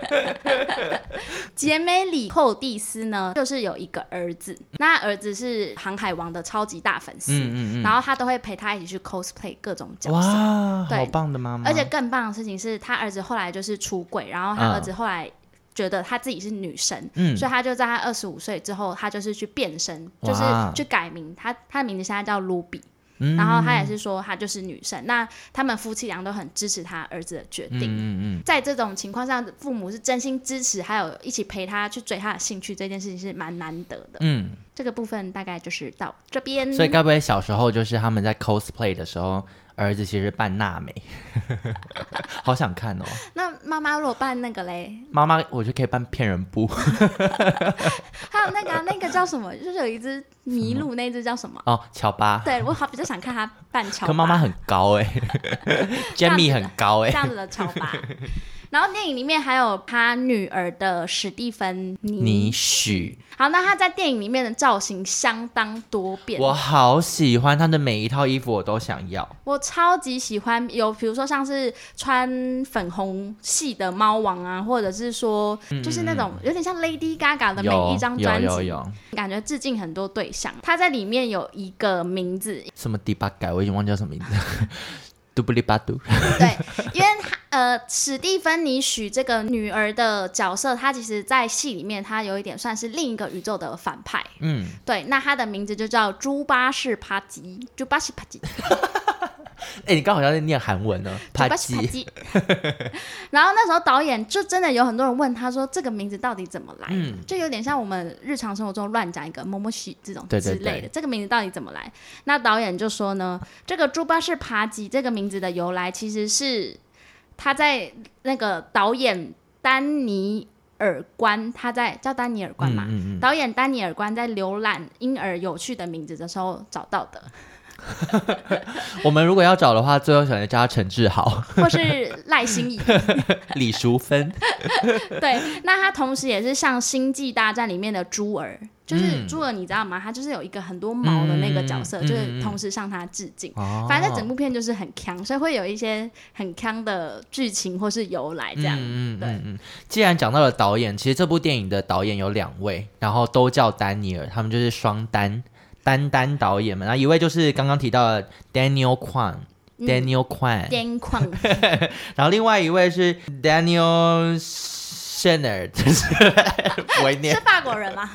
杰梅里寇蒂斯呢，就是有一个儿子，那他儿子是航海王的超级大粉丝，嗯嗯嗯，然后他都会陪他一起去 cosplay 各种角色。 哇，好棒的妈妈！ 而且更棒的事情是他儿子后来就是出柜，然后他儿子后来觉得他自己是女神，嗯，所以他就在他二十五岁之后，他就是去变身，就是去改名，他他的名字现在叫 Ruby，嗯，然后他也是说他就是女神。那他们夫妻俩都很支持他儿子的决定，嗯嗯嗯，在这种情况下，父母是真心支持，还有一起陪他去追他的兴趣，这件事情是蛮难得的。嗯，这个部分大概就是到这边。 所以该不会小时候就是他们在 cosplay 的时候，儿子其实扮娜美？好想看哦。 那妈妈如果扮那个嘞？ 妈妈我就可以扮骗人布。 还有那个、啊、那个叫什么？就是有一只麋鹿，那只叫什么？ 哦，乔巴。 对，我好比较想看他扮乔巴。 可妈妈很高哎，欸，Jamie 很高哎，欸， 这样子的乔巴。然后电影里面还有他女儿的史蒂芬妮许。好，那他在电影里面的造型相当多变， 我好喜欢他的每一套衣服，我都想要。 我超级喜欢，有比如说像是穿粉红系的猫王啊，或者是说就是那种有点像 Lady Gaga 的每一张专辑，有有有，感觉致敬很多对象。他在里面有一个名字， 什么迪巴改，我已经忘记叫什么名字。杜布利巴杜。 对，因为他呃，史蒂芬妮许这个女儿的角色，她其实在戏里面她有一点算是另一个宇宙的反派。嗯，对，那她的名字就叫朱巴士帕吉，朱巴士帕吉。 哎，欸，你刚好像在念韩文呢，帕吉。 然后那时候导演就真的有很多人问他说，这个名字到底怎么来？嗯，就有点像我们日常生活中乱讲一个某某喜这种之类的，对对对，这个名字到底怎么来？那导演就说呢，这个朱巴士帕吉这个名字的由来，其实是他在那个导演丹尼尔关，他在叫丹尼尔关嘛，嗯嗯嗯，导演丹尼尔关在浏览婴儿有趣的名字的时候找到的。 我们如果要找的话，最后想叫他陈志豪， 或是赖欣怡、 李淑芬。 对，那他同时也是像《星际大战》里面的猪儿，就是猪儿，你知道吗？他就是有一个很多毛的那个角色，嗯、就是同时向他致敬。嗯、反正整部片就是很鏘，所以会有一些很鏘的剧情或是由来这样。嗯对嗯嗯。 既然讲到了导演，其实这部电影的导演有两位，然后都叫丹尼尔，他们就是双丹。丹丹导演们，然后一位就是刚刚提到的 Daniel Kwan， Daniel Kwan， Dan Kwan， 然后另外一位是 Daniel Shenner， 就是不会念， 是法国人吗？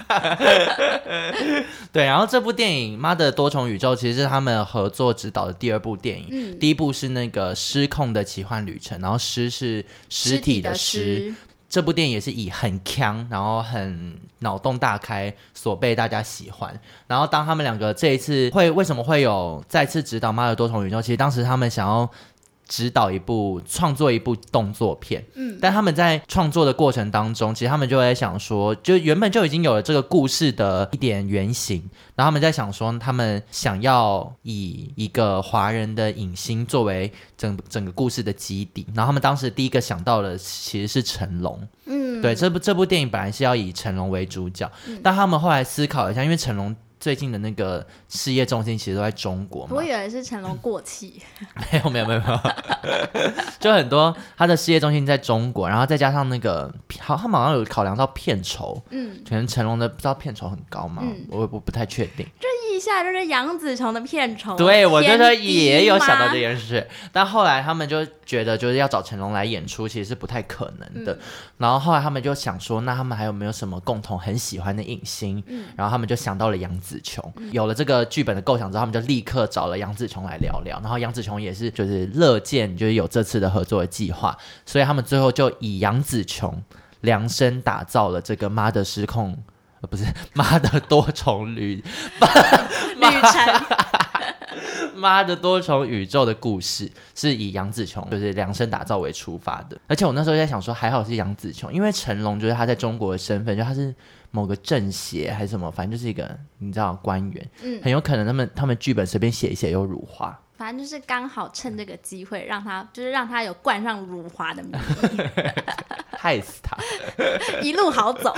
对，然后这部电影《妈的多重宇宙》其实是他们合作执导的第二部电影，嗯、第一部是那个失控的奇幻旅程，然后尸是尸体的尸。这部电影也是以很鏘，然后很脑洞大开所被大家喜欢。然后当他们两个这一次会为什么会有再次指导《妈的多重宇宙》，其实当时他们想要指导一部创作一部动作片，嗯，但他们在创作的过程当中，其实他们就在想说，就原本就已经有了这个故事的一点原型，然后他们在想说，他们想要以一个华人的影星作为整整个故事的基底，然后他们当时第一个想到的其实是成龙，嗯，对，这部这部电影本来是要以成龙为主角，嗯、但他们后来思考一下，因为成龙最近的那个事业重心其实都在中国嘛， 我以为是成龙过气， 没有没有没有没有，就很多他的事业重心在中国，然后再加上那个好，他们好像有考量到片酬，嗯，可能成龙的不知道片酬很高吗？嗯、我我不太确定。 这一下就是杨紫琼的片酬， 对，我就说也有想到这件事，但后来他们就觉得就是要找成龙来演出，其实是不太可能的。嗯、然后后来他们就想说，那他们还有没有什么共同很喜欢的影星？嗯、然后他们就想到了杨紫琼。嗯、有了这个剧本的构想之后，他们就立刻找了杨紫琼来聊聊。然后杨紫琼也是就是乐见就是有这次的合作的计划，所以他们最后就以杨紫琼量身打造了这个妈的失控。呃，不是妈的多重旅旅程， 妈的多重宇宙的故事是以杨紫琼就是量身打造为出发的。而且我那时候在想说，还好是杨紫琼，因为成龙就是他在中国的身份，就他是某个政协还是什么，反正就是一个你知道官员，嗯，很有可能他们他们剧本随便写一写又辱华。 反正就是刚好趁这个机会，让他就是让他有冠上辱华的名义， 害死他， 一路好走，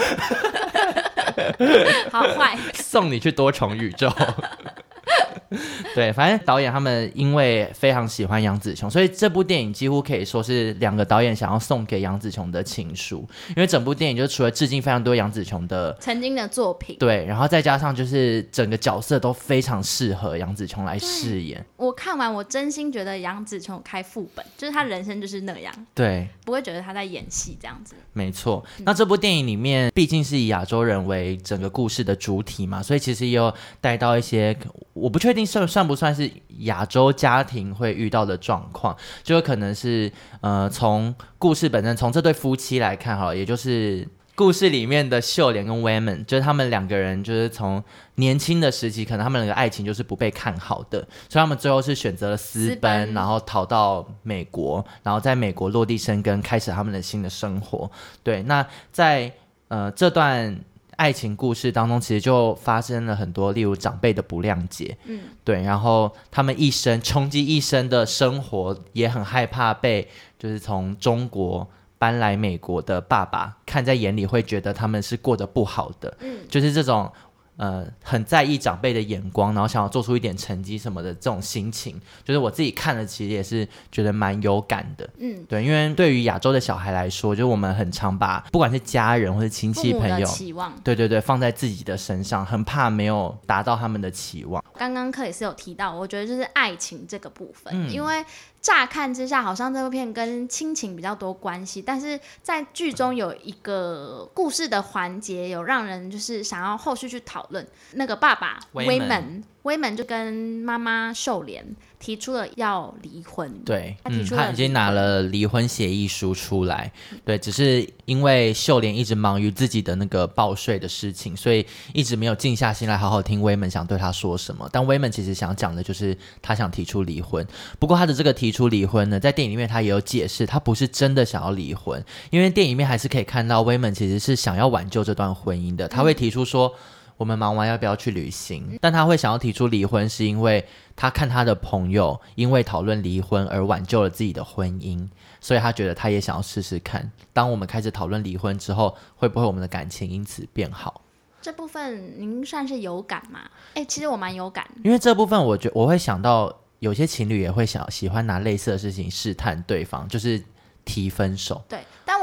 好坏， 送你去多重宇宙。对，反正导演他们因为非常喜欢杨紫琼，所以这部电影几乎可以说是两个导演想要送给杨紫琼的情书。因为整部电影就除了致敬非常多杨紫琼的曾经的作品， 对，然后再加上就是整个角色都非常适合杨紫琼来饰演。 我看完，我真心觉得杨紫琼开副本，就是她人生就是那样， 对， 不会觉得她在演戏这样子。 没错，那这部电影里面毕竟是以亚洲人为整个故事的主体嘛，所以其实也有带到一些我不确定算算不算是亚洲家庭会遇到的状况，就有可能是呃从故事本身，从这对夫妻来看好了，也就是故事里面的秀莲跟 Wayman， 就是他们两个人就是从年轻的时期，可能他们两个爱情就是不被看好的，所以他们最后是选择了私奔，然后逃到美国，然后在美国落地生根，开始他们的新的生活。对，那在呃这段爱情故事当中，其实就发生了很多，例如长辈的不谅解，嗯，对，然后他们一生穷极一生的生活，也很害怕被就是从中国搬来美国的爸爸看在眼里，会觉得他们是过得不好的，嗯，就是这种呃很在意长辈的眼光，然后想要做出一点成绩什么的这种心情，就是我自己看了其实也是觉得蛮有感的，嗯，对，因为对于亚洲的小孩来说，就是我们很常把不管是家人或是亲戚朋友期望， 对对对，放在自己的身上，很怕没有达到他们的期望。 刚刚克里斯有提到，我觉得就是爱情这个部分，嗯，因为乍看之下好像这部片跟亲情比较多关系，但是在剧中有一个故事的环节有让人就是想要后续去讨论。那个爸爸威门威门就跟妈妈秀莲提出了要离婚， 对， 他提出了、 嗯、他已经拿了离婚协议书出来，对，只是因为秀莲一直忙于自己的那个报税的事情，所以一直没有静下心来好好听威门想对他说什么。但威门其实想讲的就是他想提出离婚，不过他的这个提出离婚呢，在电影里面他也有解释，他不是真的想要离婚，因为电影里面还是可以看到威门其实是想要挽救这段婚姻的，他会提出说、嗯我们忙完要不要去旅行？但他会想要提出离婚，是因为他看他的朋友因为讨论离婚而挽救了自己的婚姻，所以他觉得他也想要试试看，当我们开始讨论离婚之后，会不会我们的感情因此变好？ 这部分您算是有感吗？哎，其实我蛮有感的， 因为这部分我觉我会想到有些情侣也会想喜欢拿类似的事情试探对方，就是提分手。 对，但我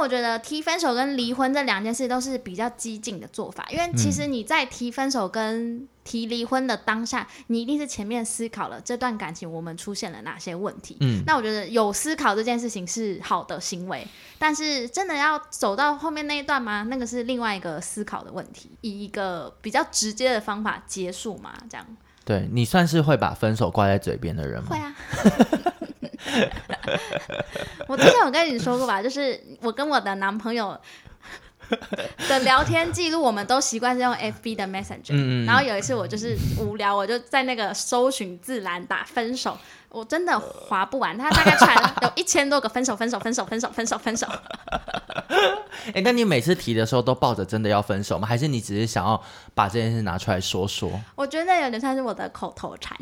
我觉得提分手跟离婚这两件事都是比较激进的做法，因为其实你在提分手跟提离婚的当下，你一定是前面思考了这段感情我们出现了哪些问题。嗯，那我觉得有思考这件事情是好的行为，但是真的要走到后面那一段吗？那个是另外一个思考的问题，以一个比较直接的方法结束嘛，这样。 对，你算是会把分手挂在嘴边的人吗？ 会啊。我之前有跟你说过吧，就是我跟我的男朋友的聊天记录，我们都习惯是用 F B 的 Messenger、嗯、然后有一次我就是无聊，我就在那个搜寻自然打分手，我真的滑不完，他大概传有一千多个分手分手分手分手分手分手。 哎、欸，那你每次提的时候都抱着真的要分手吗？还是你只是想要把这件事拿出来说说？ 我觉得有点像是我的口头禅。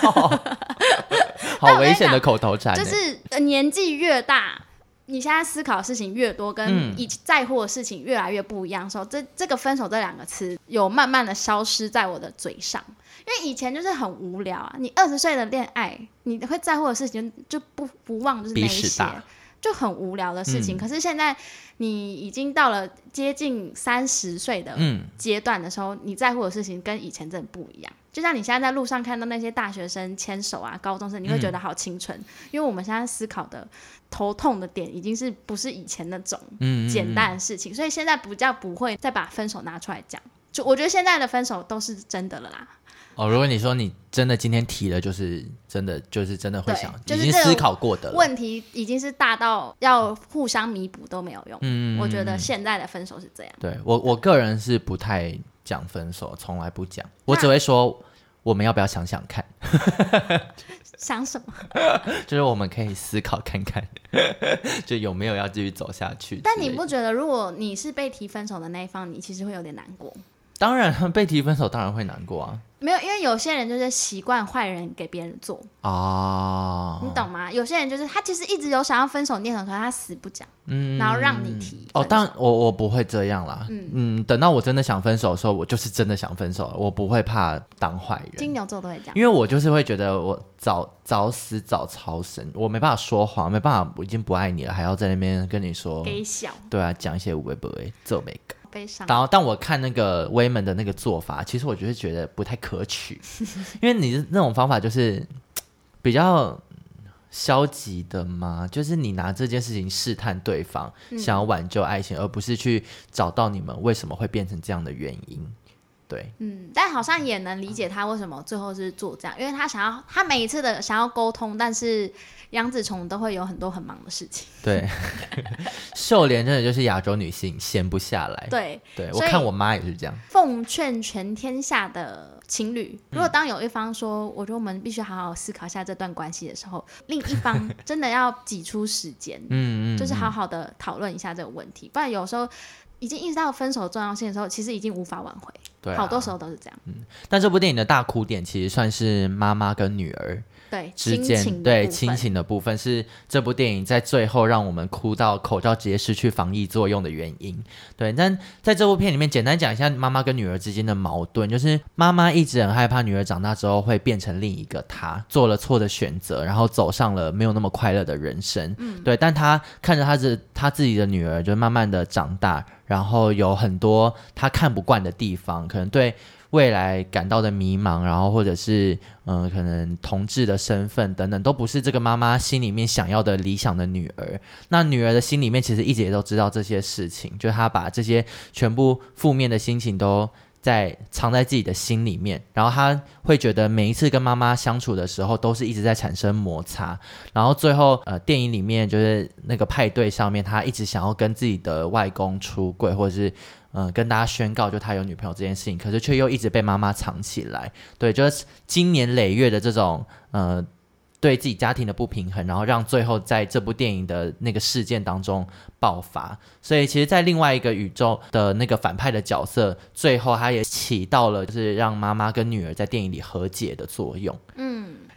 好危险的口头禅、欸、 就是年纪越大，你现在思考的事情越多，跟以在乎的事情越来越不一样的时候、嗯、这, 这个分手这两个词有慢慢的消失在我的嘴上。因为以前就是很无聊啊，你二十岁的恋爱，你会在乎的事情就不不忘就是那一些，就很无聊的事情、嗯、可是现在你已经到了接近三十岁的阶段的时候、嗯、你在乎的事情跟以前真的不一样。就像你现在在路上看到那些大学生牵手啊，高中生，你会觉得好清纯、嗯、因为我们现在思考的头痛的点已经是不是以前那种简单的事情、嗯嗯嗯、所以现在比较不会再把分手拿出来讲。就我觉得现在的分手都是真的了啦。 哦，如果你说你真的今天提了，就是真的就是真的会想、就是、已经思考过的了， 问题已经是大到要互相弥补都没有用。嗯，我觉得现在的分手是这样。 对，我我个人是不太讲分手，从来不讲，我只会说我们要不要想想看。 想什么？ 就是我们可以思考看看就有没有要继续走下去。 但你不觉得如果你是被提分手的那一方，你其实会有点难过？ 当然被提分手当然会难过啊。 没有，因为有些人就是习惯坏人给别人做哦，你懂吗？有些人就是他其实一直有想要分手念头，可是他死不讲、嗯、然后让你提哦。当然我我不会这样啦。 嗯, 嗯等到我真的想分手的时候，我就是真的想分手了，我不会怕当坏人。 金牛座都会这样， 因为我就是会觉得我早早死早超生，我没办法说谎，没办法，我已经不爱你了还要在那边跟你说给小。 对啊，讲一些无谓不为做没个悲伤。 然后但我看那个威门的那个做法，其实我就是觉得不太可取因为你那种方法就是比较消极的嘛，就是你拿这件事情试探对方、嗯、想要挽救爱情，而不是去找到你们为什么会变成这样的原因。对， 嗯，但好像也能理解他为什么最后是做这样，因为他想要他每一次的想要沟通，但是杨紫琼都会有很多很忙的事情。 对秀莲真的就是亚洲女性闲不下来。 对对，我看我妈也是这样。 奉劝全天下的情侣，如果当有一方说、嗯、我觉得我们必须好好思考一下这段关系的时候，另一方真的要挤出时间嗯, 嗯, 嗯就是好好的讨论一下这个问题，不然有时候已经意识到分手的重要性的时候，其实已经无法挽回。对、啊，好多时候都是这样。嗯， 但这部电影的大哭点其实算是妈妈跟女儿对之间对亲情的部分，是这部电影在最后让我们哭到口罩直接失去防疫作用的原因。对，但在这部片里面简单讲一下妈妈跟女儿之间的矛盾，就是妈妈一直很害怕女儿长大之后会变成另一个她，做了错的选择，然后走上了没有那么快乐的人生。嗯，对，但她看着她自她自己的女儿就慢慢的长大，然后有很多她看不惯的地方，可能对未来感到的迷茫，然后或者是嗯、呃，可能同志的身份等等，都不是这个妈妈心里面想要的理想的女儿。那女儿的心里面其实一直也都知道这些事情，就是她把这些全部负面的心情都在藏在自己的心里面，然后她会觉得每一次跟妈妈相处的时候都是一直在产生摩擦，然后最后呃电影里面就是那个派对上面，她一直想要跟自己的外公出柜，或者是嗯，跟大家宣告就他有女朋友这件事情，可是却又一直被妈妈藏起来。对，就是经年累月的这种呃对自己家庭的不平衡，然后让最后在这部电影的那个事件当中爆发。所以其实在另外一个宇宙的那个反派的角色，最后他也起到了就是让妈妈跟女儿在电影里和解的作用。嗯，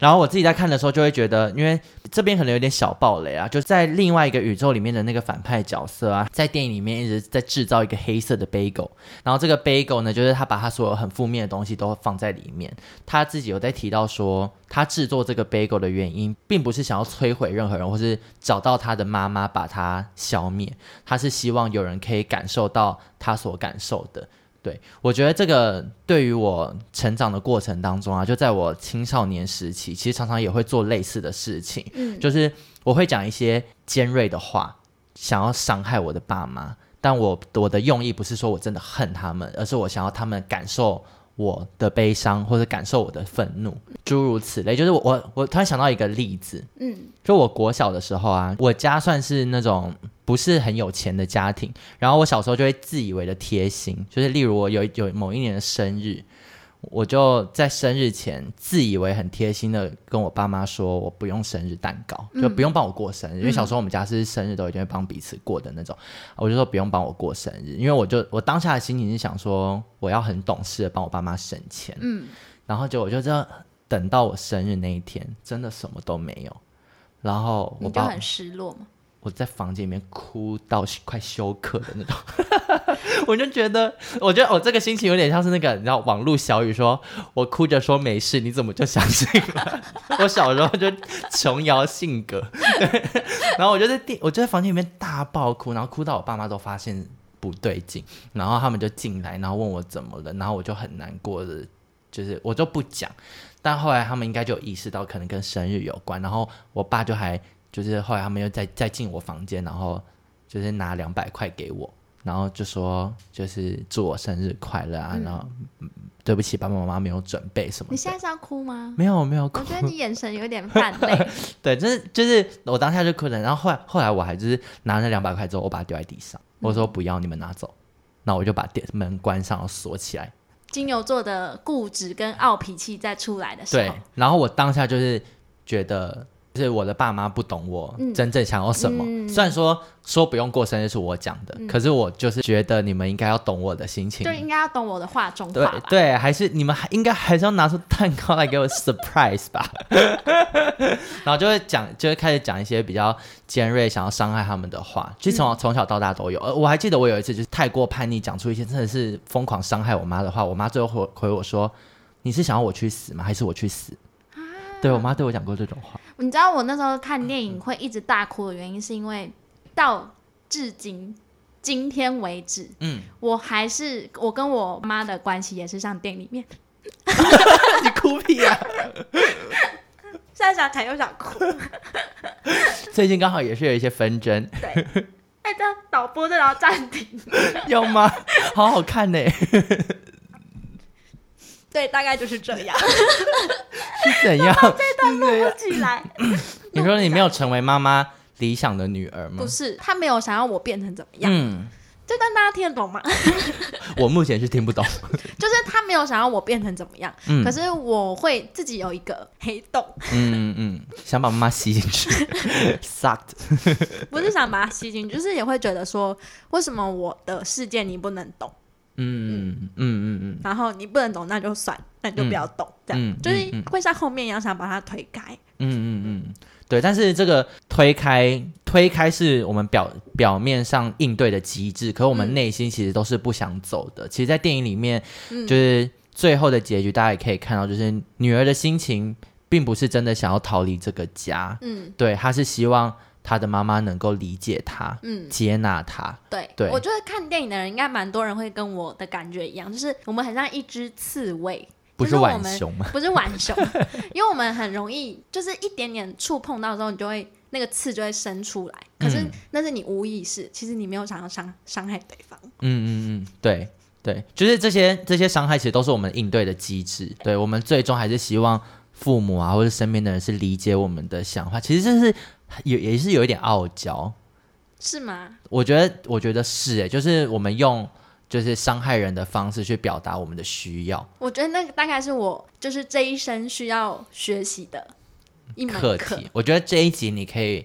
然后我自己在看的时候就会觉得，因为这边可能有点小爆雷啊，就在另外一个宇宙里面的那个反派角色啊，在电影里面一直在制造一个黑色的 bagel， 然后这个 bagel 呢，就是他把他所有很负面的东西都放在里面。他自己有在提到说，他制作这个 bagel 的原因，并不是想要摧毁任何人，或是找到他的妈妈把他消灭，他是希望有人可以感受到他所感受的。对，我觉得这个对于我成长的过程当中啊，就在我青少年时期，其实常常也会做类似的事情，嗯，就是我会讲一些尖锐的话，想要伤害我的爸妈，但我我的用意不是说我真的恨他们，而是我想要他们感受我的悲伤，或者感受我的愤怒，诸如此类。就是我我我突然想到一个例子，嗯，就我国小的时候啊，我家算是那种不是很有钱的家庭，然后我小时候就会自以为的贴心，就是例如我有有某一年的生日，我就在生日前自以为很贴心的跟我爸妈说我不用生日蛋糕，就不用帮我过生日，嗯，因为小时候我们家是生日都一定会帮彼此过的那种，我就说不用帮我过生日，因为我就我当下的心情是想说我要很懂事的帮我爸妈省钱，嗯，然后就我就这样等到我生日那一天，真的什么都没有，然后我你就很失落吗？ 我在房间里面哭到快休克的那种我就觉得我觉得我这个心情有点像是那个你知道网络小语说我哭着说没事，你怎么就相信了我小时候就琼瑶性格然后我就在我就在房间里面大爆哭，然后哭到我爸妈都发现不对劲，然后他们就进来，然后问我怎么了，然后我就很难过的，就是我就不讲，但后来他们应该就有意识到可能跟生日有关，然后我爸就还就是后来他们又再再进我房间，然后就是拿两百块给我，然后就说就是祝我生日快乐啊，嗯，然后对不起爸爸妈妈没有准备什么的。 你现在是要哭吗？ 没有没有哭， 我觉得你眼神有点泛泪对，就是就是我当下就哭了，然后后来后来我还就是拿那两百块之后，我把它丢在地上，嗯，我说不要，你们拿走，那我就把店门关上锁起来。 金牛座的固执跟傲脾气在出来的时候， 对，然后我当下就是觉得就是我的爸妈不懂我真正想要什么，嗯，虽然说说不用过生日是我讲的，嗯，可是我就是觉得你们应该要懂我的心情， 就应该要懂我的话中话吧。 对对，还是你们应该还是要拿出蛋糕来给我 surprise 吧然后就会讲就会开始讲一些比较尖锐想要伤害他们的话，其实从从小到大都有，我还记得我有一次就是太过叛逆，讲出一些真的是疯狂伤害我妈的话，我妈最后回回我说你是想要我去死吗？还是我去死？对，我妈对我讲过这种话。 你知道我那时候看电影会一直大哭的原因是因为到至今今天为止，嗯，我还是我跟我妈的关系也是像电影里面你哭屁啊现在想起来又想哭最近刚好也是有一些纷争。 对，哎，这样导播这要暂停要吗？好好看呢对，大概就是这样是怎样？ 这段录不起来你说你没有成为妈妈理想的女儿吗？ 不是，她没有想要我变成怎么样，嗯，这段大家听得懂吗我目前是听不懂就是她没有想要我变成怎么样，嗯，可是我会自己有一个黑洞嗯嗯，想把妈妈吸进去sucked 不是想把她吸进去，就是也会觉得说为什么我的世界你不能懂，嗯嗯嗯嗯，然后你不能懂那就算，那你就不要懂，嗯，这样，嗯，就是会像后面一样想把它推开。 嗯嗯嗯，对。但是这个推开推开是我们表表面上应对的机制，可是我们内心其实都是不想走的。嗯，其实，在电影里面，嗯，就是最后的结局，大家也可以看到，就是女儿的心情并不是真的想要逃离这个家，嗯，对，她是希望他的妈妈能够理解他，嗯，接纳他。 对，对，我觉得看电影的人应该蛮多人会跟我的感觉一样，就是我们很像一只刺猬， 不是浣熊吗？ 不是浣熊因为我们很容易就是一点点触碰到之后，你就会那个刺就会伸出来，可是那是你无意识，其实你没有想要伤伤害对方。嗯嗯嗯，对对，就是这些这些伤害其实都是我们应对的机制。对，我们最终还是希望父母啊或者身边的人是理解我们的想法，其实这是也也是有一点傲娇， 是吗？ 我觉得我觉得是耶，就是我们用就是伤害人的方式去表达我们的需要。 我觉得那个大概是我就是这一生需要学习的一门课题。我觉得这一集你可以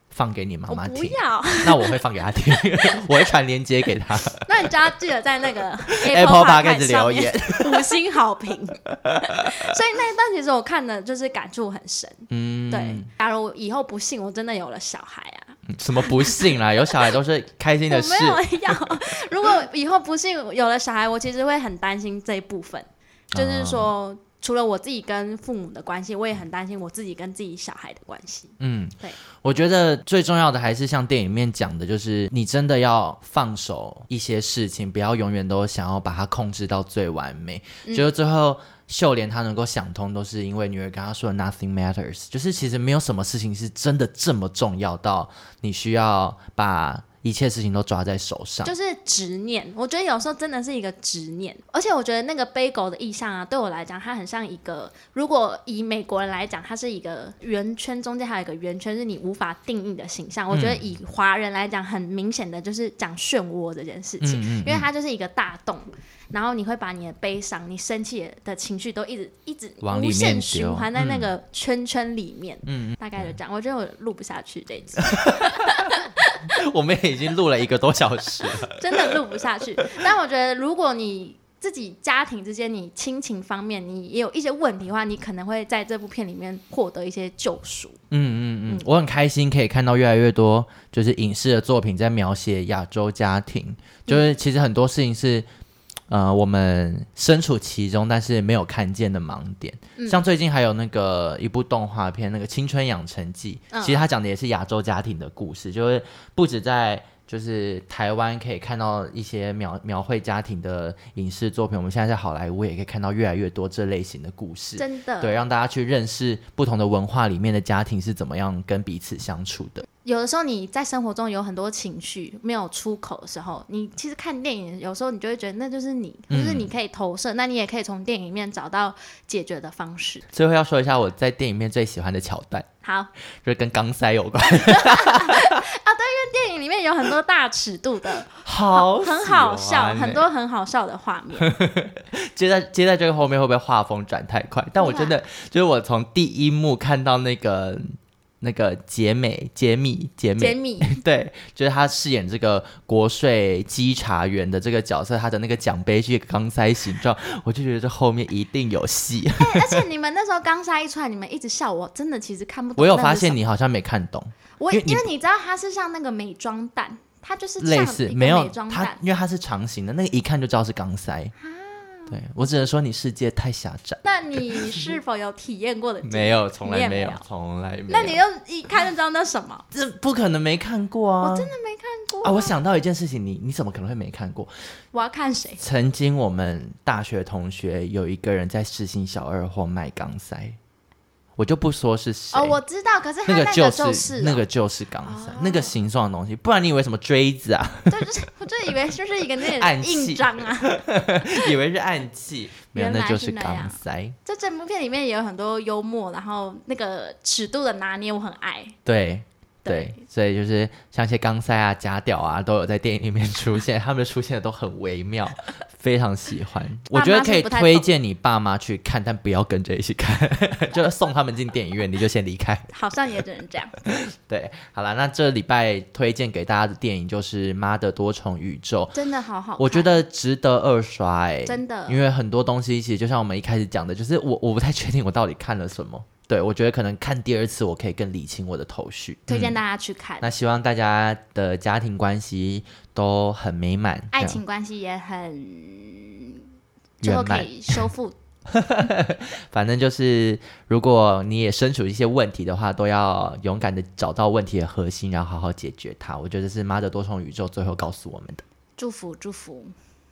放给你妈妈听？ 我不要。 那我会放给她听，我会传链接给她。 那你叫她记得在那个 Apple Podcast 留言五星好评。所以那一段其实我看的就是感触很深。嗯，对。假如以后不幸我真的有了小孩啊， 什么不幸啦？有小孩都是开心的事。 我没有要。如果以后不幸有了小孩，我其实会很担心这一部分，就是说。嗯，除了我自己跟父母的关系，我也很担心我自己跟自己小孩的关系。嗯，对， 我觉得最重要的还是像电影里面讲的，就是你真的要放手一些事情，不要永远都想要把它控制到最完美。嗯，就是最后秀莲她能够想通，都是因为女儿跟她说的 nothing matters， 就是其实没有什么事情是真的这么重要到你需要把一切事情都抓在手上， 就是执念。我觉得有时候真的是一个执念，而且我觉得那个杯狗的意象啊，对我来讲它很像一个，如果以美国人来讲，它是一个圆圈，中间还有一个圆圈是你无法定义的形象。我觉得以华人来讲，很明显的就是讲漩涡这件事情。嗯嗯嗯，因为它就是一个大洞，然后你会把你的悲伤、你生气的情绪都一直一直无限循环在那个圈圈里面。嗯，大概就这样。我觉得我录不下去这一集。 我们也已经录了一个多小时了， 真的录不下去。但我觉得如果你自己家庭之间，你亲情方面你也有一些问题的话，你可能会在这部片里面获得一些救赎。 嗯嗯嗯，我很开心可以看到越来越多就是影视的作品在描写亚洲家庭，就是其实很多事情是呃，我们身处其中但是没有看见的盲点。嗯，像最近还有那个一部动画片那个青春养成记，嗯，其实它讲的也是亚洲家庭的故事，就是不止在就是台湾可以看到一些描描绘家庭的影视作品，我们现在在好莱坞也可以看到越来越多这类型的故事。 真的， 对，让大家去认识不同的文化里面的家庭是怎么样跟彼此相处的。 有的时候你在生活中有很多情绪没有出口的时候，你其实看电影有时候你就会觉得那就是你，就是你可以投射，嗯，那你也可以从电影里面找到解决的方式。 最后要说一下我在电影里面最喜欢的桥段， 好， 就是跟钢塞有关。 啊，对，因为电影里面有很多大尺度的， 好很好笑，很多很好笑的画面。 接在接在这个后面会不会画风转太快？但我真的就是我从第一幕看到那个。那个杰美杰米杰美杰米对，就是他饰演这个国税稽查员的这个角色，他的那个奖杯是一个钢塞形状，我就觉得这后面一定有戏。 欸，而且你们那时候钢塞一出来，你们一直笑，我真的其实看不懂。 我有发现你好像没看懂， 我因为 你, 因为你知道它是像那个美妆蛋，它就是像类似没有美妆它，因为它是长形的，那个一看就知道是钢塞。对，我只能说你世界太狭窄。 那你是否有体验过的？ 没有，从来没有，从来没有。 那你又一看就知道那什么？ 这不可能没看过啊！ 我真的没看过 啊, 啊！我想到一件事情，你你怎么可能会没看过？ 我要看谁？ 曾经我们大学同学有一个人在世新小二货卖钢塞。我就不说是谁哦，我知道，可是他那个就是、哦、 那个就是钢塞、哦，那个形状的东西，不然你以为什么锥子啊？ 对，就是我就以为就是一个那种印章啊， 以为是暗器，没有，那就是钢塞。 在这部片里面也有很多幽默，然后那个尺度的拿捏我很爱。 对。对，所以就是像一些钢塞啊、假屌啊，都有在电影里面出现，他们的出现的都很微妙，非常喜欢。我觉得可以推荐你爸妈去看，但不要跟着一起看，就送他们进电影院，你就先离开。 好像也只能这样。 对，好啦，那这礼拜推荐给大家的电影就是《妈的多重宇宙》， 真的好好看， 我觉得值得二刷、欸， 真的， 因为很多东西其实就像我们一开始讲的，就是我我不太确定我到底看了什么。对，我觉得可能看第二次我可以更理清我的头绪， 推荐大家去看、嗯、 那希望大家的家庭关系都很美满， 爱情关系也很最后可以修复反正就是如果你也身处一些问题的话，都要勇敢的找到问题的核心，然后好好解决它。我觉得是妈的多重宇宙最后告诉我们的。 祝福祝福。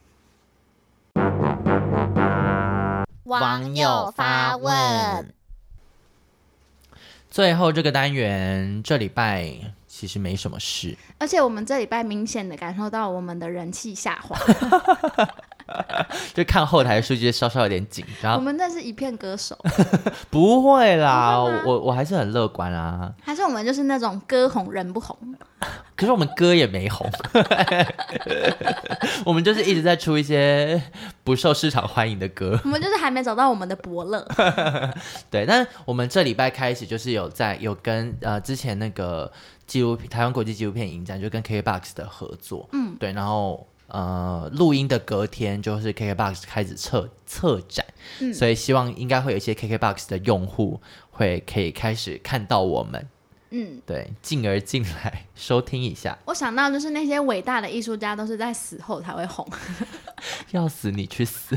网友发问， 最后这个单元这礼拜其实没什么事， 而且我们这礼拜明显的感受到我们的人气下滑就看后台数据稍稍有点紧张。 我们那是一片歌手不会啦，我我还是很乐观啊。 还是我们就是那种歌红人不红可是我们歌也没红，我们就是一直在出一些不受市场欢迎的歌。 我们就是还没找到我们的伯乐。 对，但是我们这礼拜开始就是有在有跟呃之前那个纪录台湾国际纪录片影展就跟 K K B O X 的合作，嗯，对，然后呃录音的隔天就是 K K B O X 开始策策展、嗯，所以希望应该会有一些 K K B O X 的用户会可以开始看到我们。嗯，对，进而进来收听一下。 我想到就是那些伟大的艺术家都是在死后才会红。 要死你去死。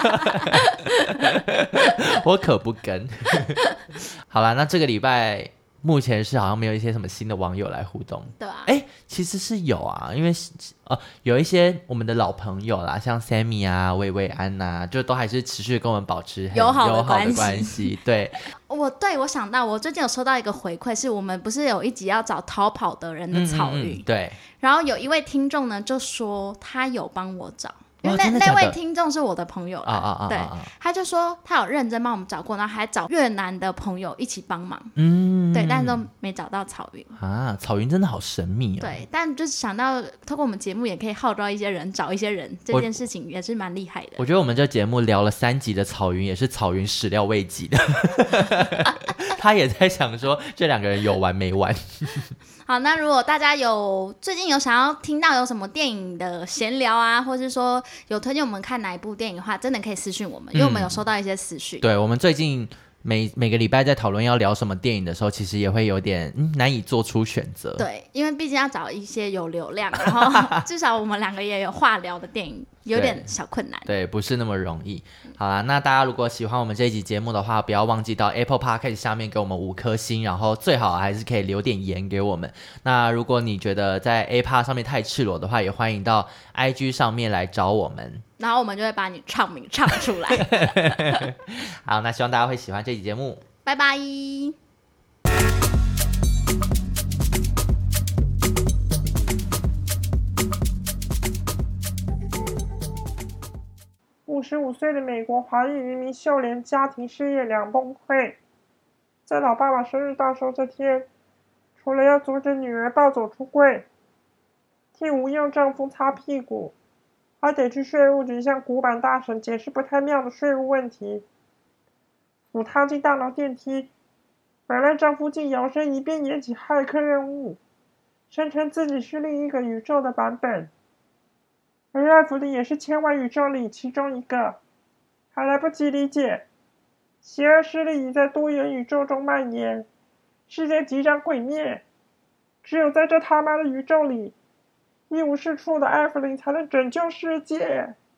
我可不跟。好啦，那这个礼拜目前是好像没有一些什么新的网友来互动。 对啊， 哎，其实是有啊，因为呃有一些我们的老朋友啦，像 Sammy 啊、魏魏安啊，就都还是持续跟我们保持很友好的友好的关系关系。对， 我对我想到我最近有收到一个回馈，是我们不是有一集要找逃跑的人的草语、 嗯嗯嗯、对， 然后有一位听众呢就说他有帮我找。因为那、 哦、真的假的？ 那位听众是我的朋友啦， 啊啊啊啊对，他就说他有认真帮我们找过，然后还找越南的朋友一起帮忙，嗯，对，但是都没找到草云啊，草云真的好神秘哦。 对，但就是想到透过我们节目也可以号召一些人找一些人，这件事情也是蛮厉害的。 我觉得我们这节目聊了三集的草云，也是草云始料未及的，他也在想说这两个人有完没完。 好，那如果大家有最近有想要听到有什么电影的闲聊啊，或是说有推荐我们看哪一部电影的话，真的可以私讯我们，因为我们有收到一些私讯、 嗯、对，我们最近每每个礼拜在讨论要聊什么电影的时候，其实也会有点、嗯、难以做出选择。 对，因为毕竟要找一些有流量，然后至少我们两个也有话聊的电影，有点小困难。 对，对，不是那么容易。好啦，那大家如果喜欢我们这一集节目的话，不要忘记到 Apple Podcast 下面给我们五颗星，然后最好还是可以留点言给我们。那如果你觉得在 A P A 上面太赤裸的话，也欢迎到 I G 上面来找我们， 然后我们就会把你唱名唱出来。 好，那希望大家会喜欢这集节目， 拜拜。 五十五岁的美国华裔渔民秀莲家庭事业两崩溃，在老爸爸生日大寿这天，除了要阻止女儿暴走出柜，替无用丈夫擦屁股，还得去税务局向古板大婶解释不太妙的税务问题。扶她进大楼电梯，回来丈夫竟摇身一变演起骇客任务，声称自己是另一个宇宙的版本。而艾弗里也是千万宇宙里其中一个，还来不及理解，邪恶势力已在多元宇宙中蔓延，世界即将毁灭。只有在这他妈的宇宙里，一无是处的艾弗里才能拯救世界。